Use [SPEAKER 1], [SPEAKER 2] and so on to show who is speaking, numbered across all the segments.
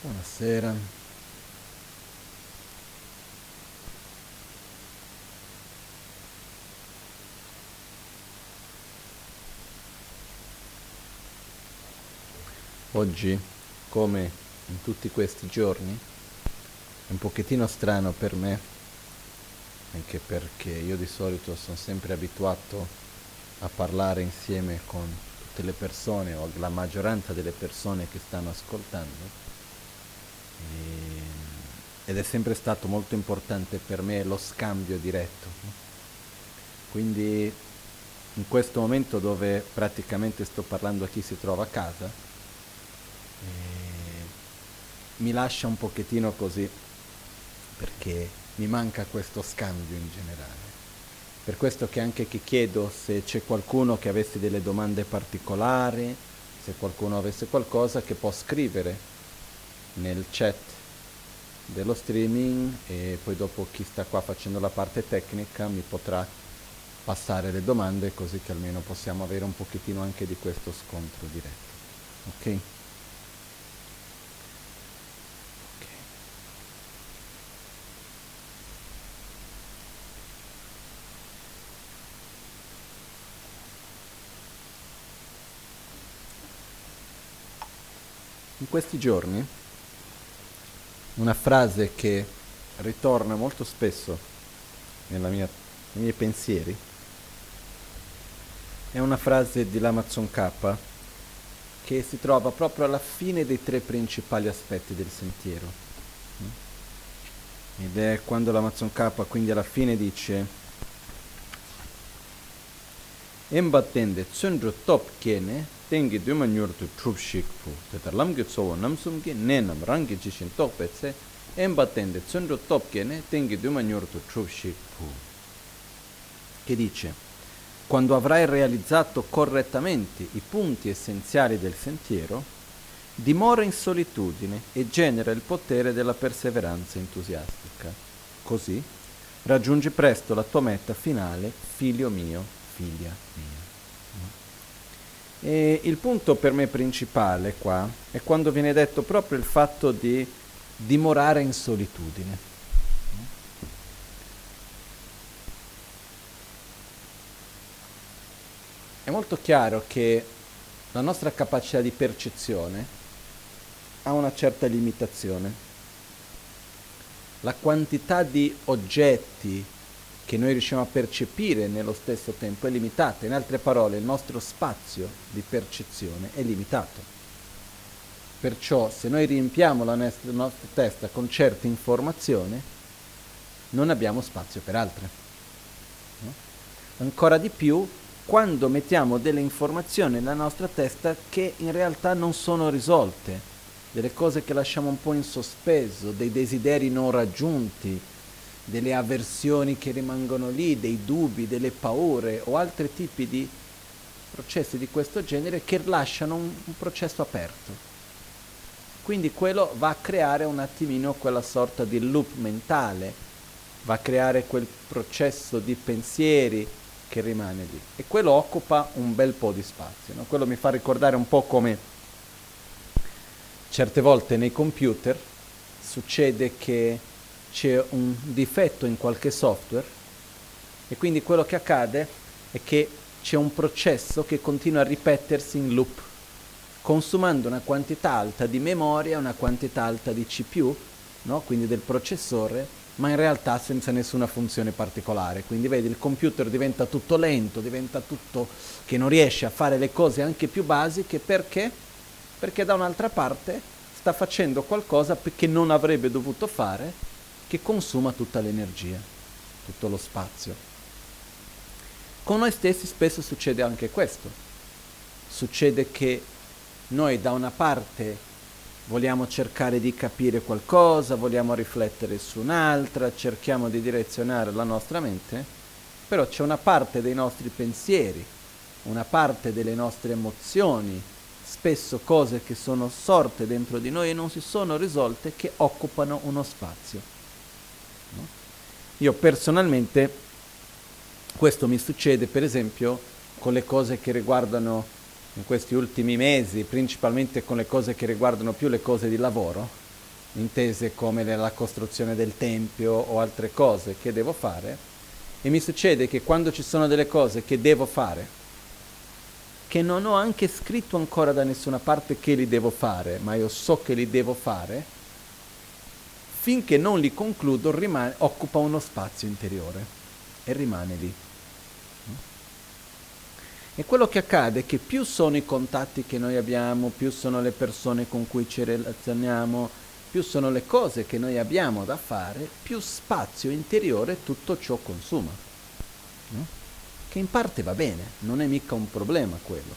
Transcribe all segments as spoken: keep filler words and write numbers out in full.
[SPEAKER 1] Buonasera. Oggi, come in tutti questi giorni, è un pochettino strano per me, anche perché io di solito sono sempre abituato a parlare insieme con tutte le persone o la maggioranza delle persone che stanno ascoltando. E, ed è sempre stato molto importante per me lo scambio diretto, no? Quindi in questo momento dove praticamente sto parlando a chi si trova a casa, eh, mi lascia un pochettino così, perché mi manca questo scambio in generale. Per questo che anche che chiedo se c'è qualcuno che avesse delle domande particolari, se qualcuno avesse qualcosa che può scrivere nel chat dello streaming, e poi dopo chi sta qua facendo la parte tecnica mi potrà passare le domande, così che almeno possiamo avere un pochettino anche di questo scontro diretto. Ok? Ok. In questi giorni una frase che ritorna molto spesso nella mia, nei miei pensieri è una frase di Lamazon K che si trova proprio alla fine dei tre principali aspetti del sentiero, ed è quando Lamazon K quindi alla fine dice: Embattende tsundru top kene tengi duma nyurtu trup shikpu tetar lamgi tsowo namsumgi nenam rangi jishin tokpetse embattende tsundru top kene tengi duma nyurtu trup shikpu, che dice: quando avrai realizzato correttamente i punti essenziali del sentiero, dimora in solitudine e genera il potere della perseveranza entusiastica. Così raggiungi presto la tua meta finale, figlio mio, figlia mia. E il punto per me principale qua è quando viene detto proprio il fatto di dimorare in solitudine. È molto chiaro che la nostra capacità di percezione ha una certa limitazione. La quantità di oggetti che noi riusciamo a percepire nello stesso tempo è limitata. In altre parole, il nostro spazio di percezione è limitato. Perciò, se noi riempiamo la nostra, la nostra testa con certe informazioni, non abbiamo spazio per altre. No? Ancora di più quando mettiamo delle informazioni nella nostra testa che in realtà non sono risolte, delle cose che lasciamo un po' in sospeso, dei desideri non raggiunti, delle avversioni che rimangono lì, dei dubbi, delle paure o altri tipi di processi di questo genere che lasciano un, un processo aperto. Quindi quello va a creare un attimino quella sorta di loop mentale, va a creare quel processo di pensieri che rimane lì, e quello occupa un bel po' di spazio, no? Quello mi fa ricordare un po' come certe volte nei computer succede che c'è un difetto in qualche software e quindi quello che accade è che c'è un processo che continua a ripetersi in loop, consumando una quantità alta di memoria, una quantità alta di C P U, no? Quindi del processore, ma in realtà senza nessuna funzione particolare. Quindi vedi, il computer diventa tutto lento, diventa tutto che non riesce a fare le cose anche più basiche. Perché? Perché da un'altra parte sta facendo qualcosa che non avrebbe dovuto fare, che consuma tutta l'energia, tutto lo spazio. Con noi stessi spesso succede anche questo. Succede che noi da una parte vogliamo cercare di capire qualcosa, vogliamo riflettere su un'altra, cerchiamo di direzionare la nostra mente, però c'è una parte dei nostri pensieri, una parte delle nostre emozioni, spesso cose che sono sorte dentro di noi e non si sono risolte, che occupano uno spazio. No? Io personalmente, questo mi succede per esempio con le cose che riguardano in questi ultimi mesi, principalmente con le cose che riguardano più le cose di lavoro, intese come la costruzione del tempio o altre cose che devo fare, e mi succede che quando ci sono delle cose che devo fare, che non ho anche scritto ancora da nessuna parte che li devo fare, ma io so che li devo fare, finché non li concludo rimane, occupa uno spazio interiore e rimane lì. E quello che accade è che più sono i contatti che noi abbiamo, più sono le persone con cui ci relazioniamo, più sono le cose che noi abbiamo da fare, più spazio interiore tutto ciò consuma. No? Che in parte va bene, non è mica un problema quello.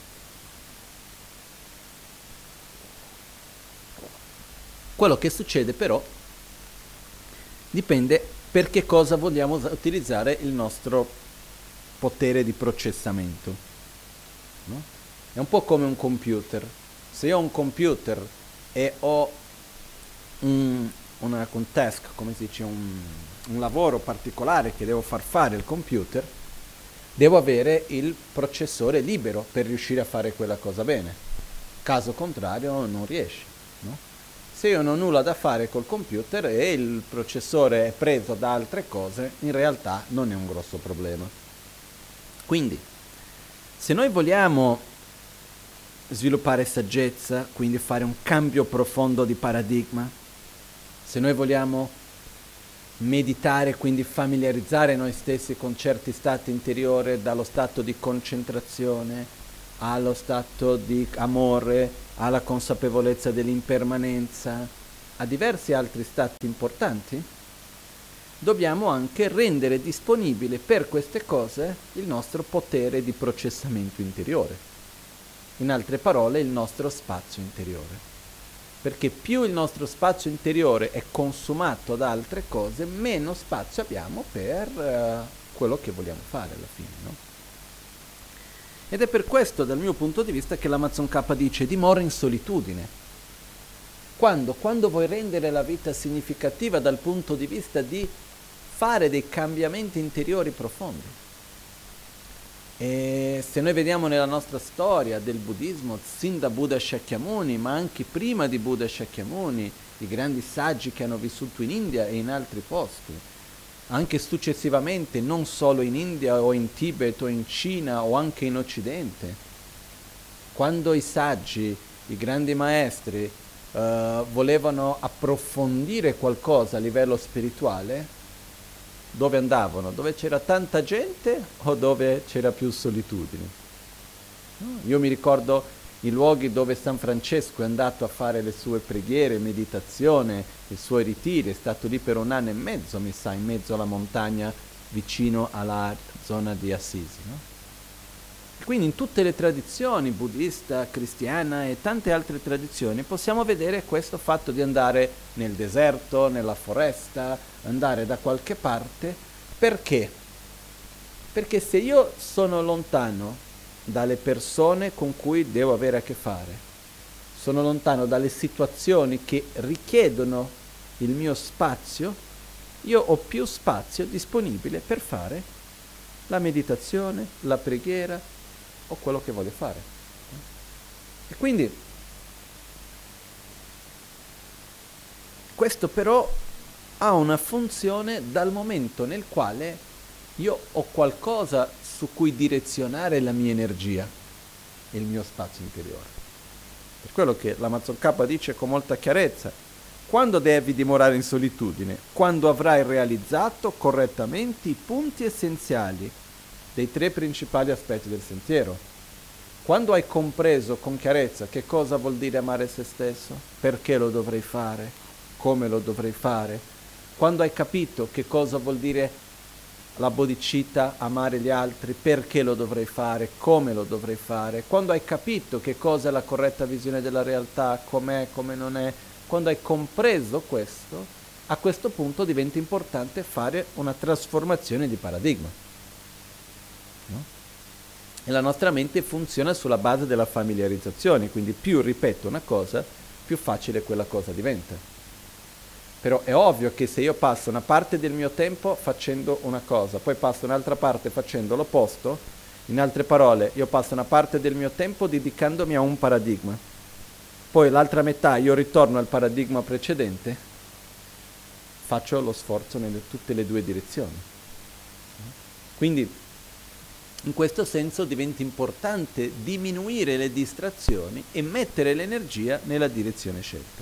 [SPEAKER 1] Quello che succede però dipende per che cosa vogliamo utilizzare il nostro potere di processamento. No? È un po' come un computer. Se io ho un computer e ho un, una, un task, come si dice, un, un lavoro particolare che devo far fare al computer, devo avere il processore libero per riuscire a fare quella cosa bene. Caso contrario non riesci. No? Se io non ho nulla da fare col computer e il processore è preso da altre cose, in realtà non è un grosso problema. Quindi, se noi vogliamo sviluppare saggezza, quindi fare un cambio profondo di paradigma, se noi vogliamo meditare, quindi familiarizzare noi stessi con certi stati interiori, dallo stato di concentrazione allo stato di amore, alla consapevolezza dell'impermanenza, a diversi altri stati importanti, dobbiamo anche rendere disponibile per queste cose il nostro potere di processamento interiore. In altre parole, il nostro spazio interiore. Perché più il nostro spazio interiore è consumato da altre cose, meno spazio abbiamo per uh, quello che vogliamo fare alla fine, no? Ed è per questo, dal mio punto di vista, che l'Amazon K dice: dimora in solitudine. Quando? Quando vuoi rendere la vita significativa dal punto di vista di fare dei cambiamenti interiori profondi. E se noi vediamo nella nostra storia del buddismo, sin da Buddha Shakyamuni, ma anche prima di Buddha Shakyamuni, i grandi saggi che hanno vissuto in India e in altri posti, anche successivamente, non solo in India o in Tibet o in Cina o anche in Occidente, quando i saggi, i grandi maestri, uh, volevano approfondire qualcosa a livello spirituale, dove andavano? Dove c'era tanta gente o dove c'era più solitudine? No? Io mi ricordo i luoghi dove San Francesco è andato a fare le sue preghiere, meditazione, i suoi ritiri, è stato lì per un anno e mezzo, mi sa, in mezzo alla montagna vicino alla zona di Assisi. No? Quindi in tutte le tradizioni, buddista, cristiana e tante altre tradizioni, possiamo vedere questo fatto di andare nel deserto, nella foresta, andare da qualche parte. Perché? Perché se io sono lontano dalle persone con cui devo avere a che fare, sono lontano dalle situazioni che richiedono il mio spazio, io ho più spazio disponibile per fare la meditazione, la preghiera o quello che voglio fare. E quindi questo però ha una funzione dal momento nel quale io ho qualcosa su cui direzionare la mia energia e il mio spazio interiore. Per quello che l'Amazon K dice con molta chiarezza: quando devi dimorare in solitudine? Quando avrai realizzato correttamente i punti essenziali dei tre principali aspetti del sentiero. Quando hai compreso con chiarezza che cosa vuol dire amare se stesso, perché lo dovrei fare, come lo dovrei fare, quando hai capito che cosa vuol dire la bodhicitta, amare gli altri, perché lo dovrei fare, come lo dovrei fare, quando hai capito che cosa è la corretta visione della realtà, com'è, come non è, quando hai compreso questo, a questo punto diventa importante fare una trasformazione di paradigma. No? E la nostra mente funziona sulla base della familiarizzazione, quindi più ripeto una cosa, più facile quella cosa diventa. Però è ovvio che se io passo una parte del mio tempo facendo una cosa, poi passo un'altra parte facendo l'opposto, in altre parole, io passo una parte del mio tempo dedicandomi a un paradigma, poi l'altra metà io ritorno al paradigma precedente, faccio lo sforzo in tutte le due direzioni. Quindi in questo senso diventa importante diminuire le distrazioni e mettere l'energia nella direzione scelta.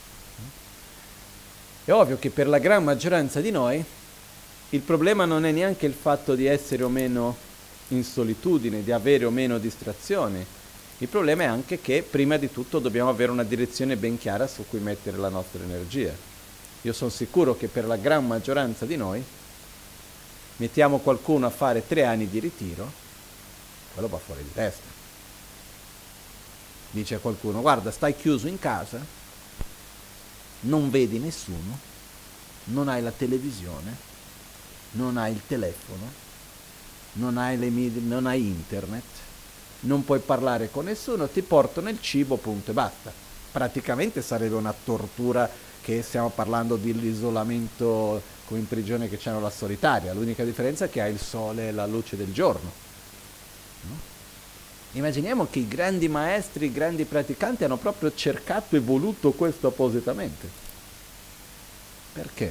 [SPEAKER 1] È ovvio che per la gran maggioranza di noi il problema non è neanche il fatto di essere o meno in solitudine, di avere o meno distrazioni. Il problema è anche che prima di tutto dobbiamo avere una direzione ben chiara su cui mettere la nostra energia. Io sono sicuro che per la gran maggioranza di noi mettiamo qualcuno a fare tre anni di ritiro, quello va fuori di testa. Dice a qualcuno: guarda, stai chiuso in casa, non vedi nessuno, non hai la televisione, non hai il telefono, non hai, le media, non hai internet, non puoi parlare con nessuno, ti portano il cibo, punto e basta. Praticamente sarebbe una tortura, che stiamo parlando dell'isolamento come in prigione che c'hanno la solitaria. L'unica differenza è che ha il sole e la luce del giorno. No? Immaginiamo che i grandi maestri, i grandi praticanti hanno proprio cercato e voluto questo appositamente. Perché?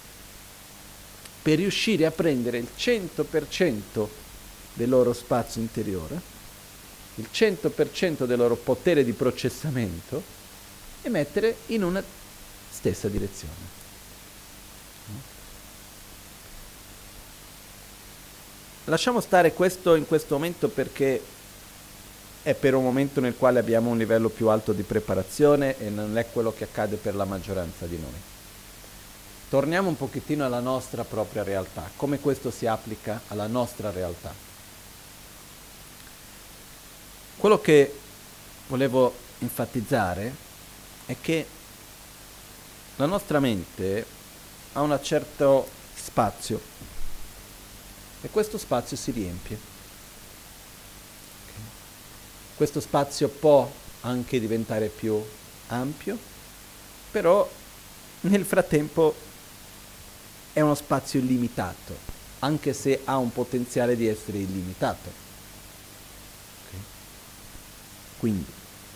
[SPEAKER 1] Per riuscire a prendere il cento per cento del loro spazio interiore, il cento per cento del loro potere di processamento e mettere in una stessa direzione. Lasciamo stare questo in questo momento perché è per un momento nel quale abbiamo un livello più alto di preparazione e non è quello che accade per la maggioranza di noi. Torniamo un pochettino alla nostra propria realtà, come questo si applica alla nostra realtà. Quello che volevo enfatizzare è che la nostra mente ha un certo spazio e questo spazio si riempie. Okay. Questo spazio può anche diventare più ampio, però nel frattempo è uno spazio limitato, anche se ha un potenziale di essere illimitato. Okay. Quindi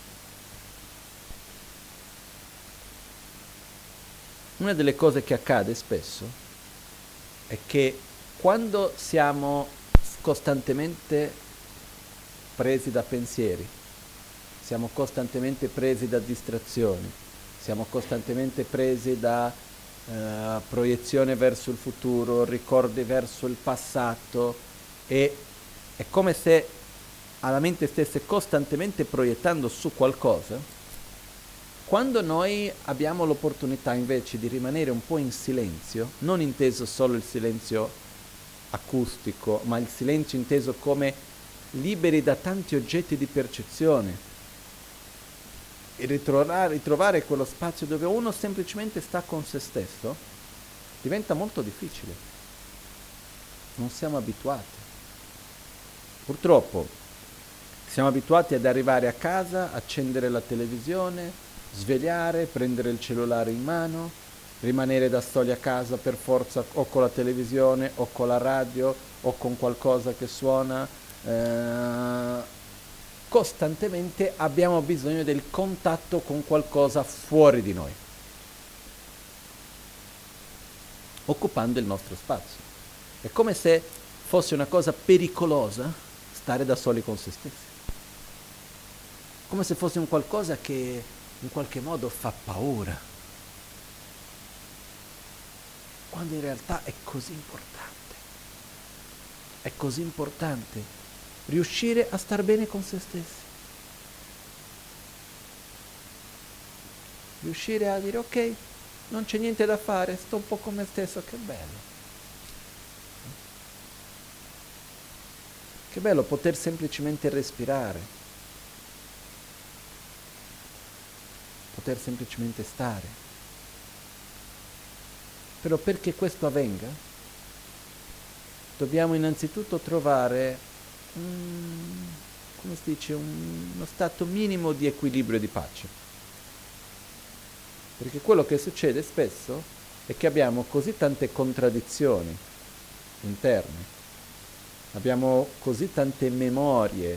[SPEAKER 1] una delle cose che accade spesso è che quando siamo costantemente presi da pensieri, siamo costantemente presi da distrazioni, siamo costantemente presi da eh, proiezione verso il futuro, ricordi verso il passato, e è come se la mente stesse costantemente proiettando su qualcosa. Quando noi abbiamo l'opportunità invece di rimanere un po' in silenzio, non inteso solo il silenzio acustico, ma il silenzio inteso come liberi da tanti oggetti di percezione, e ritrovare, ritrovare quello spazio dove uno semplicemente sta con se stesso, diventa molto difficile. Non siamo abituati. Purtroppo siamo abituati ad arrivare a casa, accendere la televisione, svegliare, prendere il cellulare in mano, rimanere da soli a casa per forza o con la televisione o con la radio o con qualcosa che suona. Eh, costantemente abbiamo bisogno del contatto con qualcosa fuori di noi, occupando il nostro spazio. È come se fosse una cosa pericolosa stare da soli con se stessi, come se fosse un qualcosa che in qualche modo fa paura, quando in realtà è così importante, è così importante riuscire a star bene con se stessi, riuscire a dire ok, non c'è niente da fare, sto un po' con me stesso, che bello, che bello poter semplicemente respirare, poter semplicemente stare. Però perché questo avvenga, dobbiamo innanzitutto trovare, um, come si dice, un, uno stato minimo di equilibrio e di pace. Perché quello che succede spesso è che abbiamo così tante contraddizioni interne, abbiamo così tante memorie,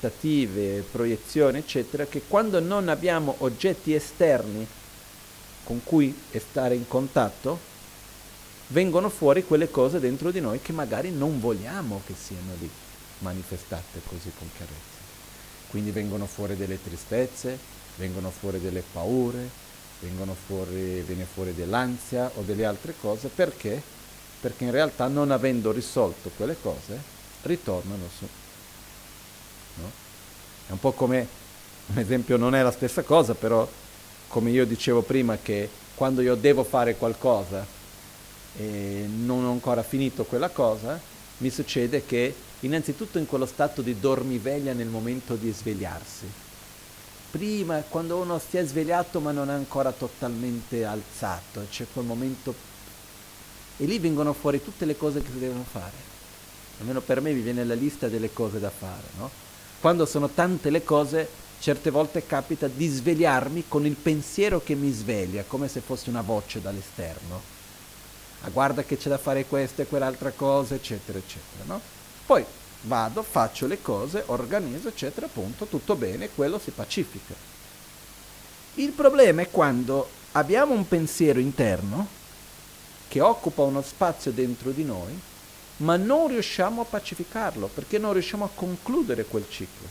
[SPEAKER 1] aspettative, proiezioni, eccetera, che quando non abbiamo oggetti esterni con cui stare in contatto, vengono fuori quelle cose dentro di noi che magari non vogliamo che siano lì, manifestate così con chiarezza. Quindi vengono fuori delle tristezze, vengono fuori delle paure, vengono fuori, viene fuori dell'ansia o delle altre cose. Perché? Perché in realtà, non avendo risolto quelle cose, ritornano su. No? È un po' come, un esempio non è la stessa cosa, però come io dicevo prima, che quando io devo fare qualcosa e non ho ancora finito quella cosa, mi succede che innanzitutto in quello stato di dormiveglia nel momento di svegliarsi, prima quando uno si è svegliato ma non è ancora totalmente alzato, c'è quel momento e lì vengono fuori tutte le cose che si devono fare. Almeno per me mi viene la lista delle cose da fare, no? Quando sono tante le cose, certe volte capita di svegliarmi con il pensiero che mi sveglia, come se fosse una voce dall'esterno. Ah, guarda che c'è da fare questa e quell'altra cosa, eccetera, eccetera, no? Poi vado, faccio le cose, organizzo, eccetera, appunto, tutto bene, quello si pacifica. Il problema è quando abbiamo un pensiero interno che occupa uno spazio dentro di noi, ma non riusciamo a pacificarlo, perché non riusciamo a concludere quel ciclo.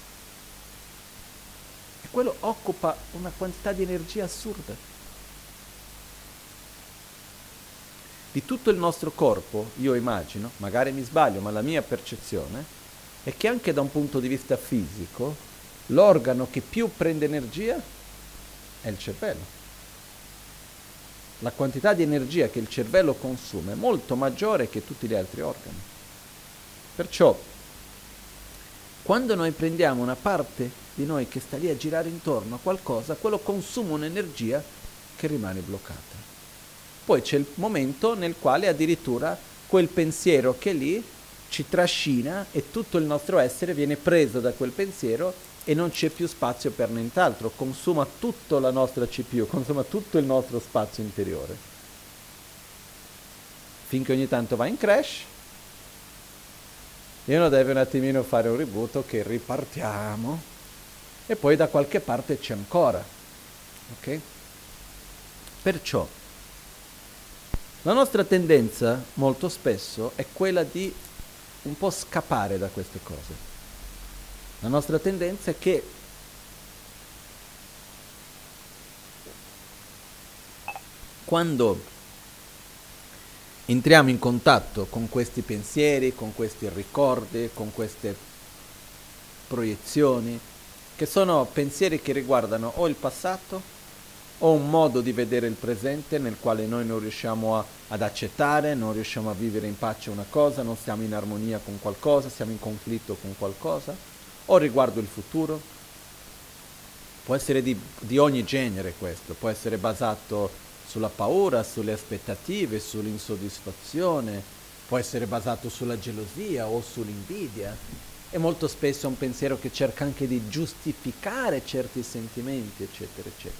[SPEAKER 1] E quello occupa una quantità di energia assurda. Di tutto il nostro corpo, io immagino, magari mi sbaglio, ma la mia percezione è che anche da un punto di vista fisico, l'organo che più prende energia è il cervello. La quantità di energia che il cervello consuma è molto maggiore che tutti gli altri organi. Perciò, quando noi prendiamo una parte di noi che sta lì a girare intorno a qualcosa, quello consuma un'energia che rimane bloccata. Poi c'è il momento nel quale addirittura quel pensiero che è lì ci trascina e tutto il nostro essere viene preso da quel pensiero e non c'è più spazio per nient'altro, consuma tutta la nostra C P U, consuma tutto il nostro spazio interiore. Finché ogni tanto va in crash e uno deve un attimino fare un reboot, che ripartiamo e poi da qualche parte c'è ancora. Ok? Perciò la nostra tendenza molto spesso è quella di un po' scappare da queste cose. La nostra tendenza è che quando entriamo in contatto con questi pensieri, con questi ricordi, con queste proiezioni, che sono pensieri che riguardano o il passato o un modo di vedere il presente nel quale noi non riusciamo a, ad accettare, non riusciamo a vivere in pace una cosa, non siamo in armonia con qualcosa, siamo in conflitto con qualcosa, o riguardo il futuro. Può essere di, di ogni genere questo, può essere basato sulla paura, sulle aspettative, sull'insoddisfazione, può essere basato sulla gelosia o sull'invidia. E molto spesso è un pensiero che cerca anche di giustificare certi sentimenti, eccetera, eccetera.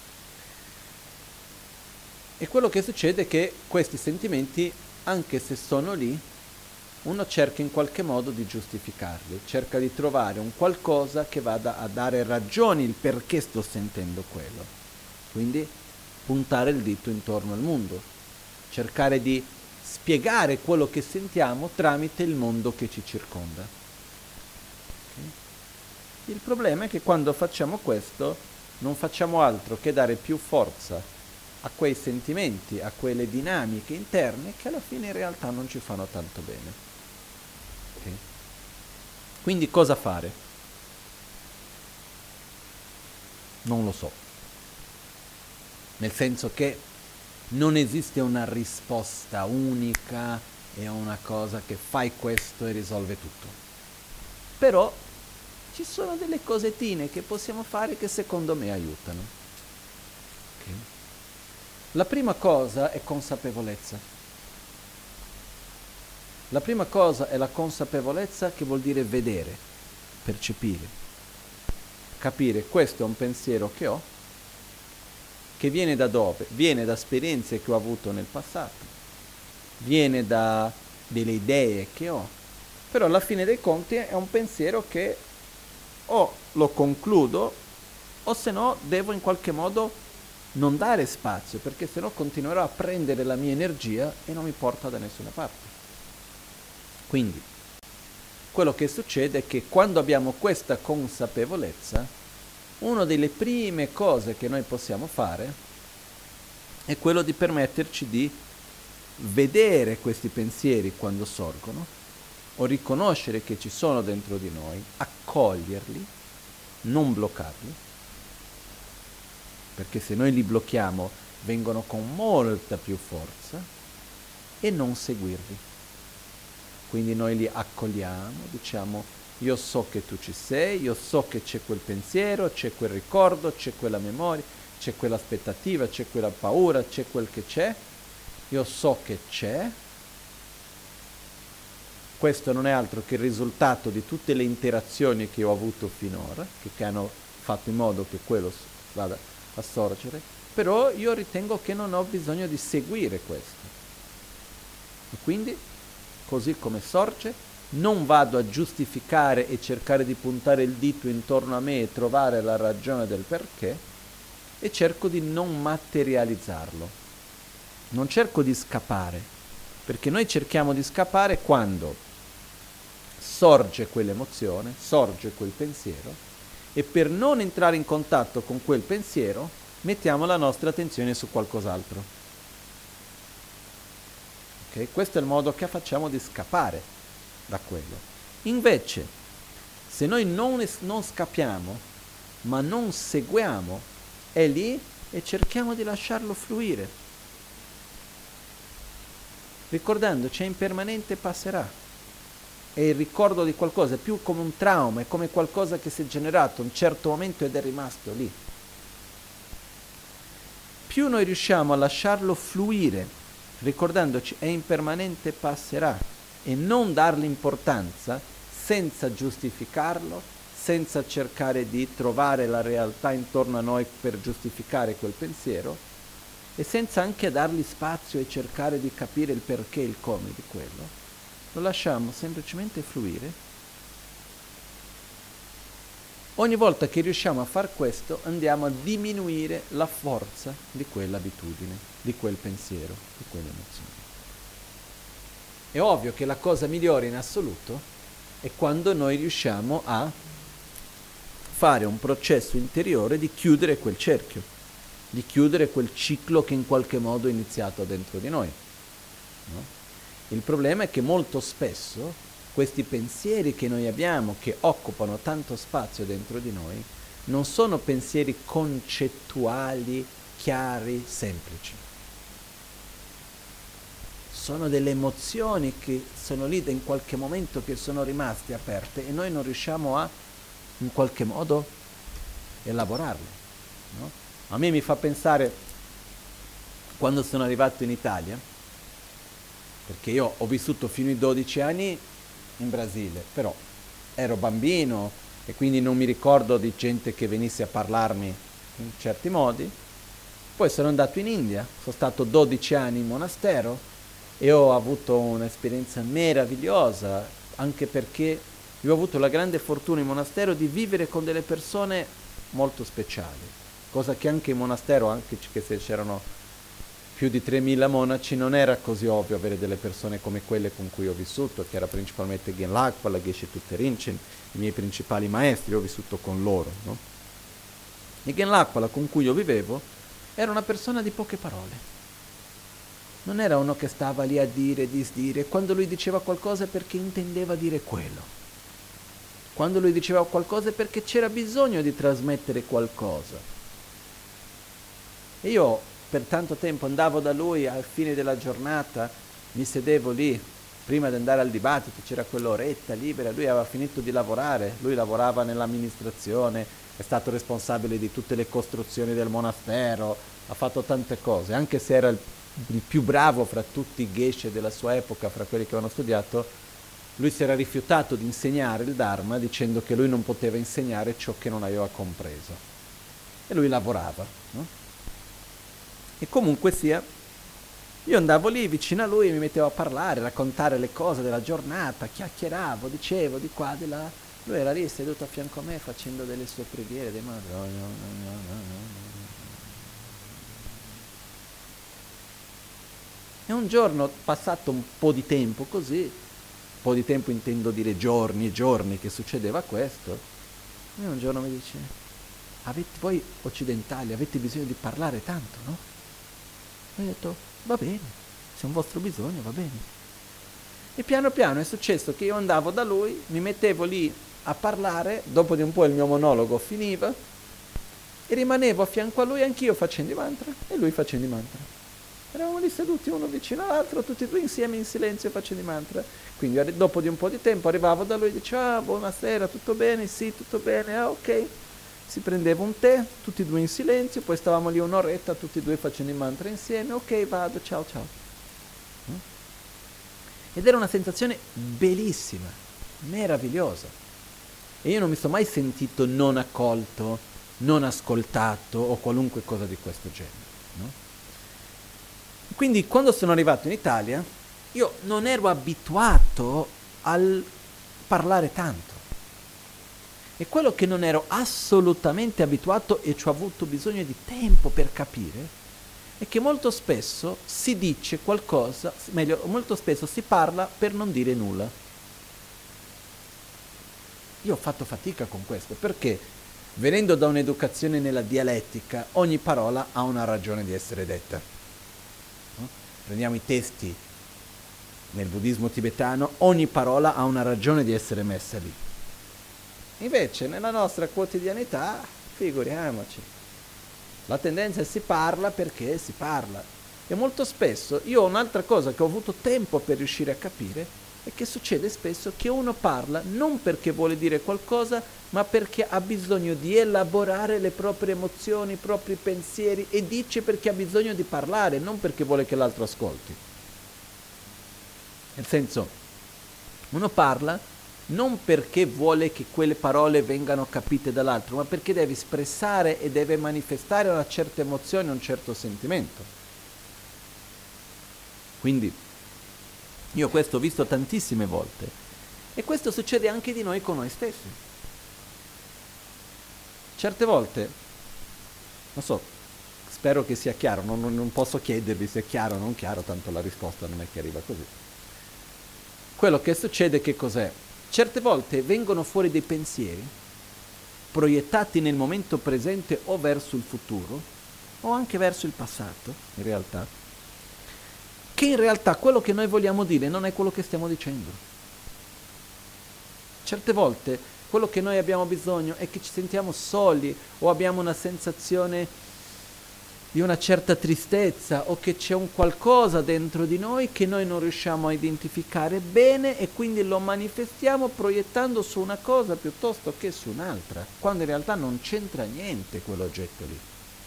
[SPEAKER 1] E quello che succede è che questi sentimenti, anche se sono lì, uno cerca in qualche modo di giustificarli, cerca di trovare un qualcosa che vada a dare ragioni il perché sto sentendo quello. Quindi puntare il dito intorno al mondo, cercare di spiegare quello che sentiamo tramite il mondo che ci circonda. Okay? Il problema è che quando facciamo questo non facciamo altro che dare più forza a quei sentimenti, a quelle dinamiche interne che alla fine in realtà non ci fanno tanto bene. Okay? Quindi cosa fare? Non lo so. Nel senso che non esiste una risposta unica e una cosa che fai questo e risolve tutto. Però ci sono delle cosettine che possiamo fare che secondo me aiutano. Okay? La prima cosa è consapevolezza. La prima cosa è la consapevolezza, che vuol dire vedere, percepire, capire questo è un pensiero che ho, che viene da dove? Viene da esperienze che ho avuto nel passato, viene da delle idee che ho, però alla fine dei conti è un pensiero che o lo concludo o se no devo in qualche modo non dare spazio, perché sennò continuerò a prendere la mia energia e non mi porta da nessuna parte. Quindi, quello che succede è che quando abbiamo questa consapevolezza, una delle prime cose che noi possiamo fare è quello di permetterci di vedere questi pensieri quando sorgono, o riconoscere che ci sono dentro di noi, accoglierli, non bloccarli, perché se noi li blocchiamo vengono con molta più forza, e non seguirli. Quindi noi li accogliamo, diciamo: io so che tu ci sei, io so che c'è quel pensiero, c'è quel ricordo, c'è quella memoria, c'è quell'aspettativa, c'è quella paura, c'è quel che c'è, io so che c'è. Questo non è altro che il risultato di tutte le interazioni che ho avuto finora, che, che hanno fatto in modo che quello vada a sorgere, però io ritengo che non ho bisogno di seguire questo. E quindi, così come sorge, non vado a giustificare e cercare di puntare il dito intorno a me e trovare la ragione del perché, e cerco di non materializzarlo. Non cerco di scappare, perché noi cerchiamo di scappare quando sorge quell'emozione, sorge quel pensiero, e per non entrare in contatto con quel pensiero mettiamo la nostra attenzione su qualcos'altro. Okay? Questo è il modo che facciamo di scappare da quello. Invece, se noi non, es- non scappiamo, ma non seguiamo, è lì e cerchiamo di lasciarlo fluire, ricordandoci: è impermanente, passerà. È il ricordo di qualcosa, è più come un trauma, è come qualcosa che si è generato a un certo momento ed è rimasto lì. Più noi riusciamo a lasciarlo fluire, ricordandoci: è impermanente, passerà, e non dargli importanza, senza giustificarlo, senza cercare di trovare la realtà intorno a noi per giustificare quel pensiero, e senza anche dargli spazio e cercare di capire il perché e il come di quello, lo lasciamo semplicemente fluire. Ogni volta che riusciamo a far questo, andiamo a diminuire la forza di quell'abitudine, di quel pensiero, di quell'emozione. È ovvio che la cosa migliore in assoluto è quando noi riusciamo a fare un processo interiore di chiudere quel cerchio, di chiudere quel ciclo che in qualche modo è iniziato dentro di noi, no? Il problema è che molto spesso questi pensieri che noi abbiamo, che occupano tanto spazio dentro di noi, non sono pensieri concettuali, chiari, semplici. Sono delle emozioni che sono lì da in qualche momento, che sono rimaste aperte, e noi non riusciamo a, in qualche modo, elaborarle, no? A me mi fa pensare, quando sono arrivato in Italia, perché io ho vissuto fino ai dodici anni in Brasile, però ero bambino e quindi non mi ricordo di gente che venisse a parlarmi in certi modi. Poi sono andato in India, sono stato dodici anni in monastero e ho avuto un'esperienza meravigliosa, anche perché io ho avuto la grande fortuna in monastero di vivere con delle persone molto speciali, cosa che anche in monastero, anche che se c'erano più di tremila monaci, non era così ovvio avere delle persone come quelle con cui ho vissuto, che era principalmente Gen Lakpa, la Geshe Thupten Rinchen, i miei principali maestri. Ho vissuto con loro, no? E Gen Lakpa, con cui io vivevo, era una persona di poche parole. Non era uno che stava lì a dire e disdire. Quando lui diceva qualcosa è perché intendeva dire quello. Quando lui diceva qualcosa è perché c'era bisogno di trasmettere qualcosa. E io per tanto tempo andavo da lui alla fine della giornata, mi sedevo lì, prima di andare al dibattito, c'era quell'oretta libera, lui aveva finito di lavorare, lui lavorava nell'amministrazione, è stato responsabile di tutte le costruzioni del monastero, ha fatto tante cose, anche se era il, il più bravo fra tutti i geshe della sua epoca, fra quelli che avevano studiato, lui si era rifiutato di insegnare il Dharma dicendo che lui non poteva insegnare ciò che non aveva compreso. E lui lavorava, no? E comunque sia, io andavo lì vicino a lui e mi mettevo a parlare, a raccontare le cose della giornata, chiacchieravo, dicevo di qua, di là. Lui era lì seduto a fianco a me facendo delle sue preghiere, dei E un giorno, passato un po' di tempo così, un po' di tempo intendo dire giorni e giorni che succedeva questo, e un giorno mi dice, avete, voi occidentali avete bisogno di parlare tanto, no? E ho detto, va bene, se è un vostro bisogno, va bene. E piano piano è successo che io andavo da lui, mi mettevo lì a parlare, dopo di un po' il mio monologo finiva, e rimanevo a fianco a lui anch'io facendo i mantra, e lui facendo i mantra. Eravamo lì seduti uno vicino all'altro, tutti e due insieme in silenzio facendo i mantra. Quindi dopo di un po' di tempo arrivavo da lui e dicevo, ah, buonasera, tutto bene? Sì, tutto bene, ah, ok. Si prendeva un tè, tutti e due in silenzio, poi stavamo lì un'oretta, tutti e due facendo i mantra insieme, ok, vado, ciao, ciao. Ed era una sensazione bellissima, meravigliosa. E io non mi sono mai sentito non accolto, non ascoltato o qualunque cosa di questo genere, no? Quindi quando sono arrivato in Italia, io non ero abituato al parlare tanto. E quello che non ero assolutamente abituato e ci ho avuto bisogno di tempo per capire è che molto spesso si dice qualcosa, meglio, molto spesso si parla per non dire nulla. Io ho fatto fatica con questo, perché venendo da un'educazione nella dialettica, ogni parola ha una ragione di essere detta. No? Prendiamo i testi nel buddismo tibetano, ogni parola ha una ragione di essere messa lì. Invece nella nostra quotidianità, figuriamoci, la tendenza è si parla perché si parla. E molto spesso, io ho un'altra cosa che ho avuto tempo per riuscire a capire, è che succede spesso che uno parla non perché vuole dire qualcosa, ma perché ha bisogno di elaborare le proprie emozioni, i propri pensieri, e dice perché ha bisogno di parlare, non perché vuole che l'altro ascolti. Nel senso, uno parla non perché vuole che quelle parole vengano capite dall'altro, ma perché deve espressare e deve manifestare una certa emozione, un certo sentimento. Quindi, io questo ho visto tantissime volte, e questo succede anche di noi con noi stessi. Certe volte, non so, spero che sia chiaro, non, non posso chiedervi se è chiaro o non chiaro, tanto la risposta non è che arriva così. Quello che succede che cos'è? Certe volte vengono fuori dei pensieri proiettati nel momento presente o verso il futuro o anche verso il passato, in realtà, che in realtà quello che noi vogliamo dire non è quello che stiamo dicendo. Certe volte quello che noi abbiamo bisogno è che ci sentiamo soli o abbiamo una sensazione di una certa tristezza o che c'è un qualcosa dentro di noi che noi non riusciamo a identificare bene, e quindi lo manifestiamo proiettando su una cosa piuttosto che su un'altra, quando in realtà non c'entra niente quell'oggetto lì.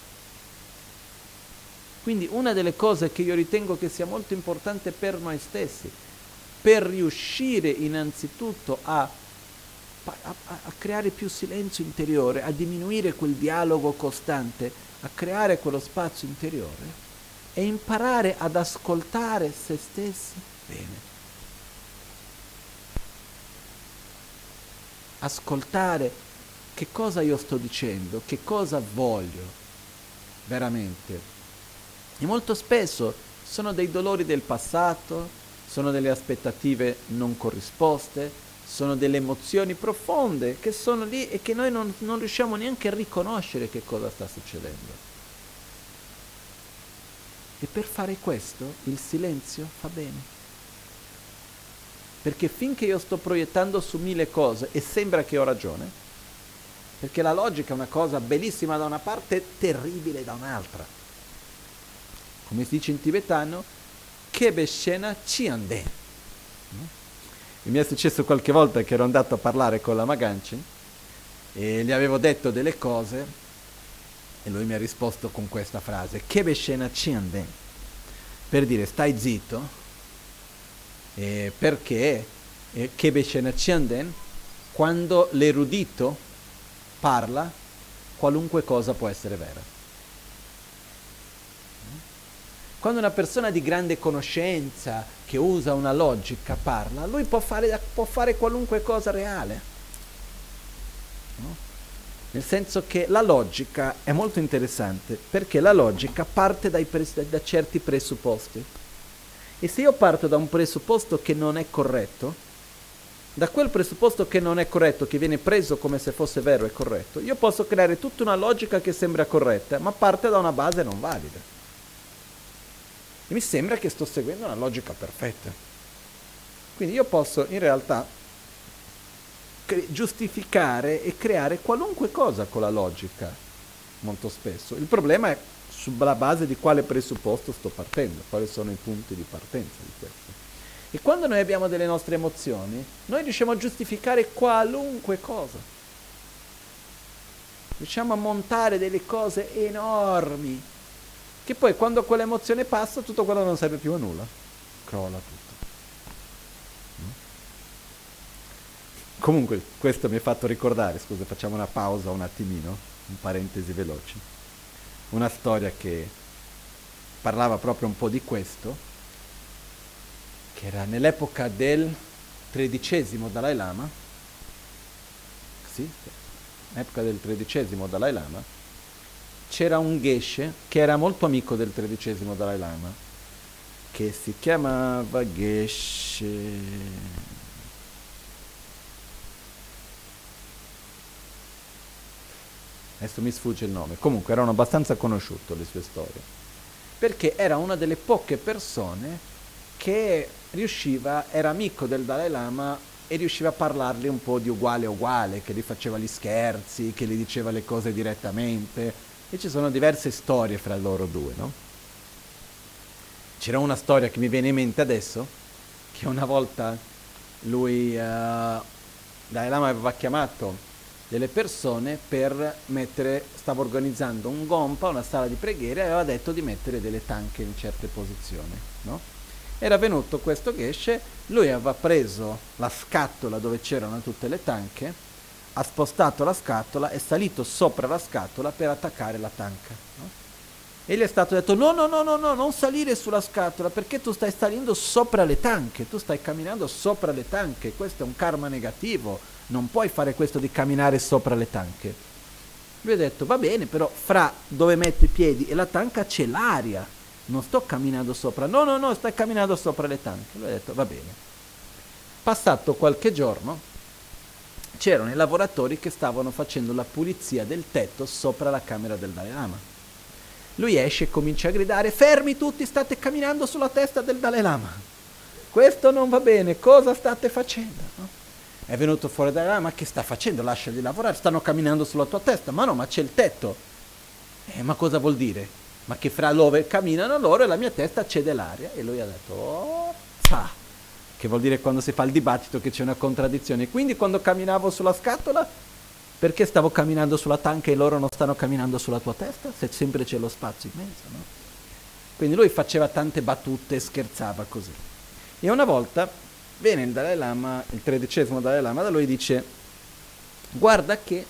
[SPEAKER 1] Quindi una delle cose che io ritengo che sia molto importante per noi stessi, per riuscire innanzitutto a, a, a creare più silenzio interiore, a diminuire quel dialogo costante, a creare quello spazio interiore, è imparare ad ascoltare se stessi bene. Ascoltare che cosa io sto dicendo, che cosa voglio veramente. E molto spesso sono dei dolori del passato, sono delle aspettative non corrisposte, sono delle emozioni profonde che sono lì e che noi non, non riusciamo neanche a riconoscere che cosa sta succedendo. E per fare questo il silenzio fa bene. Perché finché io sto proiettando su mille cose e sembra che ho ragione, perché la logica è una cosa bellissima da una parte e terribile da un'altra. Come si dice in tibetano, Kebeshena Chianden. E mi è successo qualche volta che ero andato a parlare con la Maganchen e gli avevo detto delle cose e lui mi ha risposto con questa frase, Kebeshena Chianden, per dire stai zitto, eh, perché eh, Kebeshena Chianden, quando l'erudito parla, qualunque cosa può essere vera. Quando una persona di grande conoscenza, che usa una logica, parla, lui può fare, può fare qualunque cosa reale. No? Nel senso che la logica è molto interessante, perché la logica parte dai pres- da certi presupposti. E se io parto da un presupposto che non è corretto, da quel presupposto che non è corretto, che viene preso come se fosse vero e corretto, io posso creare tutta una logica che sembra corretta, ma parte da una base non valida. E mi sembra che sto seguendo una logica perfetta. Quindi io posso in realtà cre- giustificare e creare qualunque cosa con la logica, molto spesso. Il problema è sulla base di quale presupposto sto partendo, quali sono i punti di partenza di questo. E quando noi abbiamo delle nostre emozioni, noi riusciamo a giustificare qualunque cosa. Riusciamo a montare delle cose enormi, che poi quando quell'emozione passa, tutto quello non serve più a nulla. Crolla tutto. Comunque, questo mi ha fatto ricordare, scusa, facciamo una pausa un attimino, un parentesi veloce. Una storia che parlava proprio un po' di questo, che era nell'epoca del tredicesimo Dalai Lama, sì, nell'epoca del tredicesimo Dalai Lama, c'era un geshe che era molto amico del tredicesimo Dalai Lama, che si chiamava Geshe... Adesso mi sfugge il nome, comunque erano abbastanza conosciute le sue storie, perché era una delle poche persone che riusciva, era amico del Dalai Lama e riusciva a parlargli un po' di uguale a uguale, che gli faceva gli scherzi, che gli diceva le cose direttamente, e ci sono diverse storie fra loro due, no? C'era una storia che mi viene in mente adesso, che una volta lui, uh, Dalai Lama aveva chiamato delle persone per mettere, stava organizzando un gompa, una sala di preghiera, e aveva detto di mettere delle tanche in certe posizioni, no? Era venuto questo geshe, lui aveva preso la scatola dove c'erano tutte le tanche, ha spostato la scatola, è salito sopra la scatola per attaccare la tanca, no? E gli è stato detto no, no, no, no, no, non salire sulla scatola, perché tu stai salendo sopra le tanche, tu stai camminando sopra le tanche, questo è un karma negativo, non puoi fare questo di camminare sopra le tanche. Lui ha detto va bene, però fra dove metto i piedi e la tanca c'è l'aria, non sto camminando sopra, no, no, no, stai camminando sopra le tanche. Lui ha detto va bene. Passato qualche giorno c'erano i lavoratori che stavano facendo la pulizia del tetto sopra la camera del Dalai Lama. Lui esce e comincia a gridare fermi tutti, state camminando sulla testa del Dalai Lama, questo non va bene, cosa state facendo, no? È venuto fuori il Dalai Lama, ma che sta facendo? Lasciali lavorare, stanno camminando sulla tua testa. Ma no, ma c'è il tetto. Eh, ma cosa vuol dire? Ma che fra dove camminano loro e la mia testa c'è dell'aria. E lui ha detto, oh, sa. Che vuol dire quando si fa il dibattito che c'è una contraddizione. Quindi quando camminavo sulla scatola, perché stavo camminando sulla tanca e loro non stanno camminando sulla tua testa? Se sempre c'è lo spazio in mezzo, no? Quindi lui faceva tante battute, scherzava così. E una volta viene il Dalai Lama, il tredicesimo Dalai Lama, da lui dice guarda che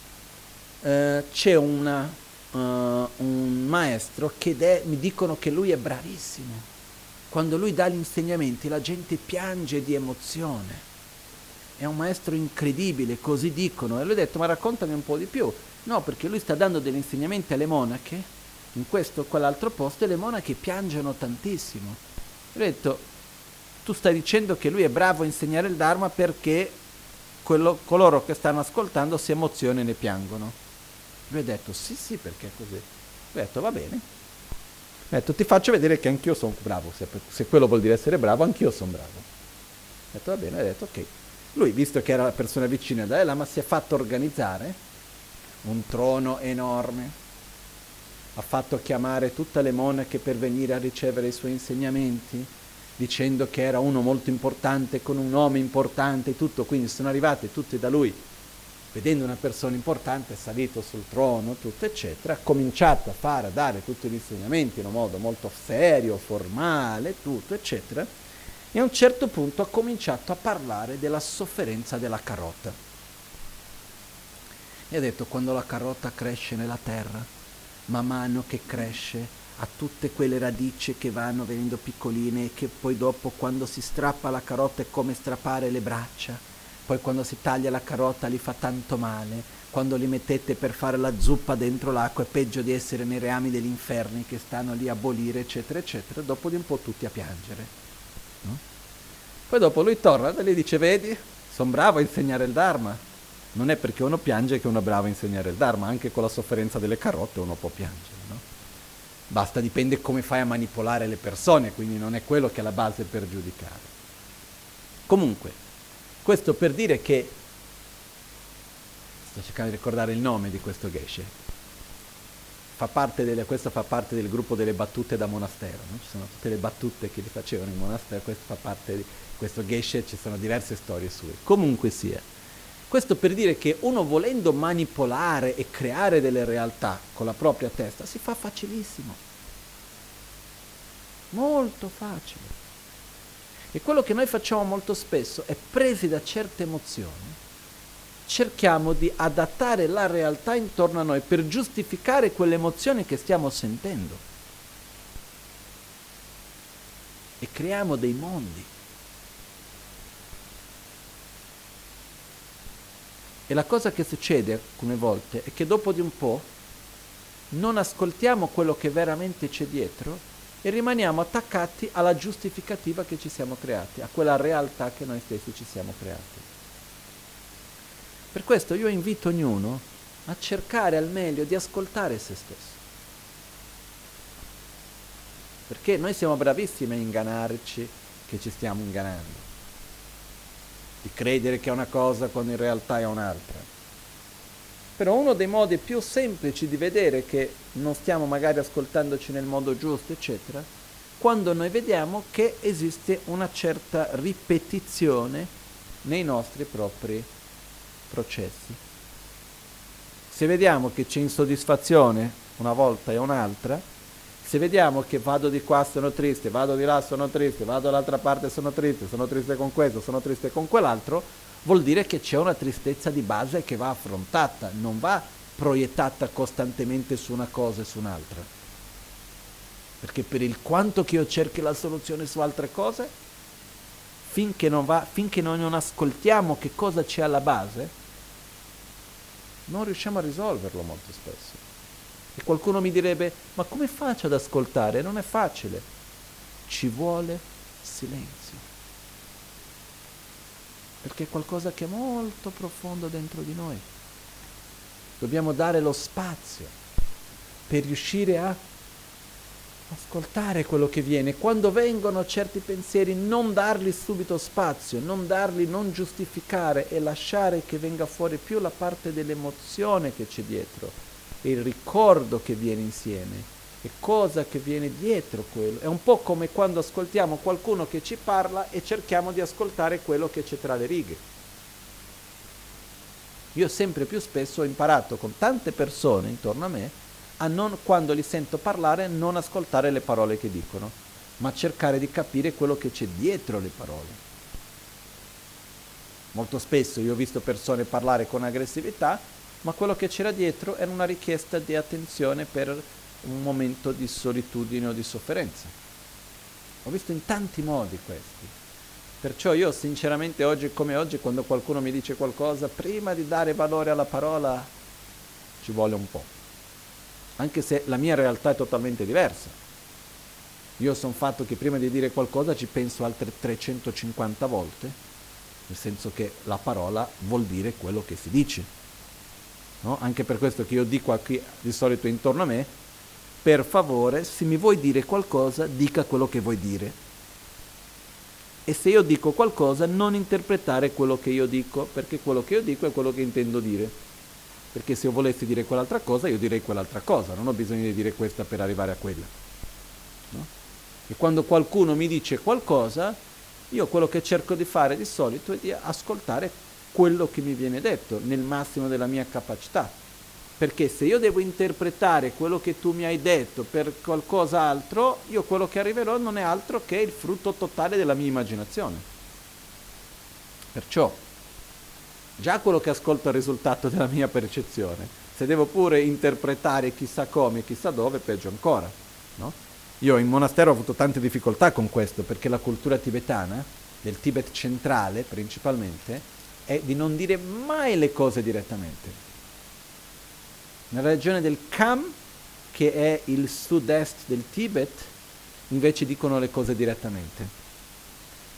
[SPEAKER 1] eh, c'è una, uh, un maestro che de- mi dicono che lui è bravissimo, quando lui dà gli insegnamenti la gente piange di emozione, è un maestro incredibile, così dicono. E lui ha detto ma raccontami un po' di più. No, perché lui sta dando degli insegnamenti alle monache in questo o quell'altro posto e le monache piangono tantissimo. E lui ha detto tu stai dicendo che lui è bravo a insegnare il Dharma perché quello, coloro che stanno ascoltando si emozionano e ne piangono. Lui ha detto sì sì, perché è così. Lui ha detto va bene, ha detto ti faccio vedere che anch'io sono bravo, se, se quello vuol dire essere bravo, anch'io sono bravo. Ha detto va bene, ha detto ok. Lui, visto che era la persona vicina a Dalai Lama, si è fatto organizzare un trono enorme, ha fatto chiamare tutte le monache per venire a ricevere i suoi insegnamenti, dicendo che era uno molto importante, con un nome importante e tutto, quindi sono arrivate tutte da lui, vedendo una persona importante, è salito sul trono, tutto eccetera, ha cominciato a fare, a dare tutti gli insegnamenti in un modo molto serio, formale, tutto eccetera, e a un certo punto ha cominciato a parlare della sofferenza della carota. E ha detto quando la carota cresce nella terra, man mano che cresce, a tutte quelle radici che vanno venendo piccoline e che poi dopo quando si strappa la carota è come strappare le braccia, poi quando si taglia la carota li fa tanto male, quando li mettete per fare la zuppa dentro l'acqua è peggio di essere nei reami degli inferni che stanno lì a bollire eccetera eccetera, dopo di un po' tutti a piangere. no? Poi dopo lui torna e gli dice, vedi, sono bravo a insegnare il Dharma. Non è perché uno piange che uno è bravo a insegnare il Dharma, anche con la sofferenza delle carote uno può piangere, no? Basta, dipende come fai a manipolare le persone, quindi non è quello che è la base per giudicare. Comunque, questo per dire che, sto cercando di ricordare il nome di questo Geshe, fa parte delle, questo fa parte del gruppo delle battute da monastero, no? Ci sono tutte le battute che li facevano in monastero, questo fa parte di questo Geshe, ci sono diverse storie sue. Comunque sia, questo per dire che uno volendo manipolare e creare delle realtà con la propria testa si fa facilissimo, molto facile. E quello che noi facciamo molto spesso è, presi da certe emozioni, cerchiamo di adattare la realtà intorno a noi per giustificare quelle emozioni che stiamo sentendo. E creiamo dei mondi. E la cosa che succede alcune volte è che dopo di un po' non ascoltiamo quello che veramente c'è dietro e rimaniamo attaccati alla giustificativa che ci siamo creati, a quella realtà che noi stessi ci siamo creati. Per questo io invito ognuno a cercare al meglio di ascoltare se stesso. Perché noi siamo bravissimi a ingannarci che ci stiamo ingannando, di credere che è una cosa quando in realtà è un'altra. Però uno dei modi più semplici di vedere che non stiamo magari ascoltandoci nel modo giusto, eccetera, quando noi vediamo che esiste una certa ripetizione nei nostri propri processi. Se vediamo che c'è insoddisfazione una volta e un'altra, se vediamo che vado di qua sono triste, vado di là sono triste, vado dall'altra parte sono triste, sono triste con questo, sono triste con quell'altro, vuol dire che c'è una tristezza di base che va affrontata, non va proiettata costantemente su una cosa e su un'altra. Perché per il quanto che io cerchi la soluzione su altre cose, finché non va, finché noi non ascoltiamo che cosa c'è alla base, non riusciamo a risolverlo molto spesso. E qualcuno mi direbbe, ma come faccio ad ascoltare? Non è facile. Ci vuole silenzio. Perché è qualcosa che è molto profondo dentro di noi. Dobbiamo dare lo spazio per riuscire a ascoltare quello che viene. Quando vengono certi pensieri, non dargli subito spazio, non darli, non giustificare e lasciare che venga fuori più la parte dell'emozione che c'è dietro. Il ricordo che viene insieme e cosa che viene dietro quello. È un po' come quando ascoltiamo qualcuno che ci parla e cerchiamo di ascoltare quello che c'è tra le righe. Io sempre più spesso ho imparato con tante persone intorno a me a non, quando li sento parlare, non ascoltare le parole che dicono, ma cercare di capire quello che c'è dietro le parole. Molto spesso io ho visto persone parlare con aggressività, ma quello che c'era dietro era una richiesta di attenzione per un momento di solitudine o di sofferenza. Ho visto in tanti modi questi. Perciò io sinceramente oggi come oggi, quando qualcuno mi dice qualcosa, prima di dare valore alla parola ci vuole un po'. Anche se la mia realtà è totalmente diversa. Io sono fatto che prima di dire qualcosa ci penso altre trecentocinquanta volte, nel senso che la parola vuol dire quello che si dice. No? Anche per questo che io dico qui di solito intorno a me, per favore, se mi vuoi dire qualcosa, dica quello che vuoi dire. E se io dico qualcosa, non interpretare quello che io dico, perché quello che io dico è quello che intendo dire. Perché se io volessi dire quell'altra cosa, io direi quell'altra cosa, non ho bisogno di dire questa per arrivare a quella. No? E quando qualcuno mi dice qualcosa, io quello che cerco di fare di solito è di ascoltare quello che mi viene detto nel massimo della mia capacità, perché se io devo interpretare quello che tu mi hai detto per qualcos'altro, io quello che arriverò non è altro che il frutto totale della mia immaginazione. Perciò già quello che ascolto è il risultato della mia percezione. Se devo pure interpretare chissà come, chissà dove, peggio ancora, no? Io in monastero ho avuto tante difficoltà con questo, perché la cultura tibetana, del Tibet centrale principalmente, è di non dire mai le cose direttamente. Nella regione del Kham, che è il sud-est del Tibet, invece dicono le cose direttamente.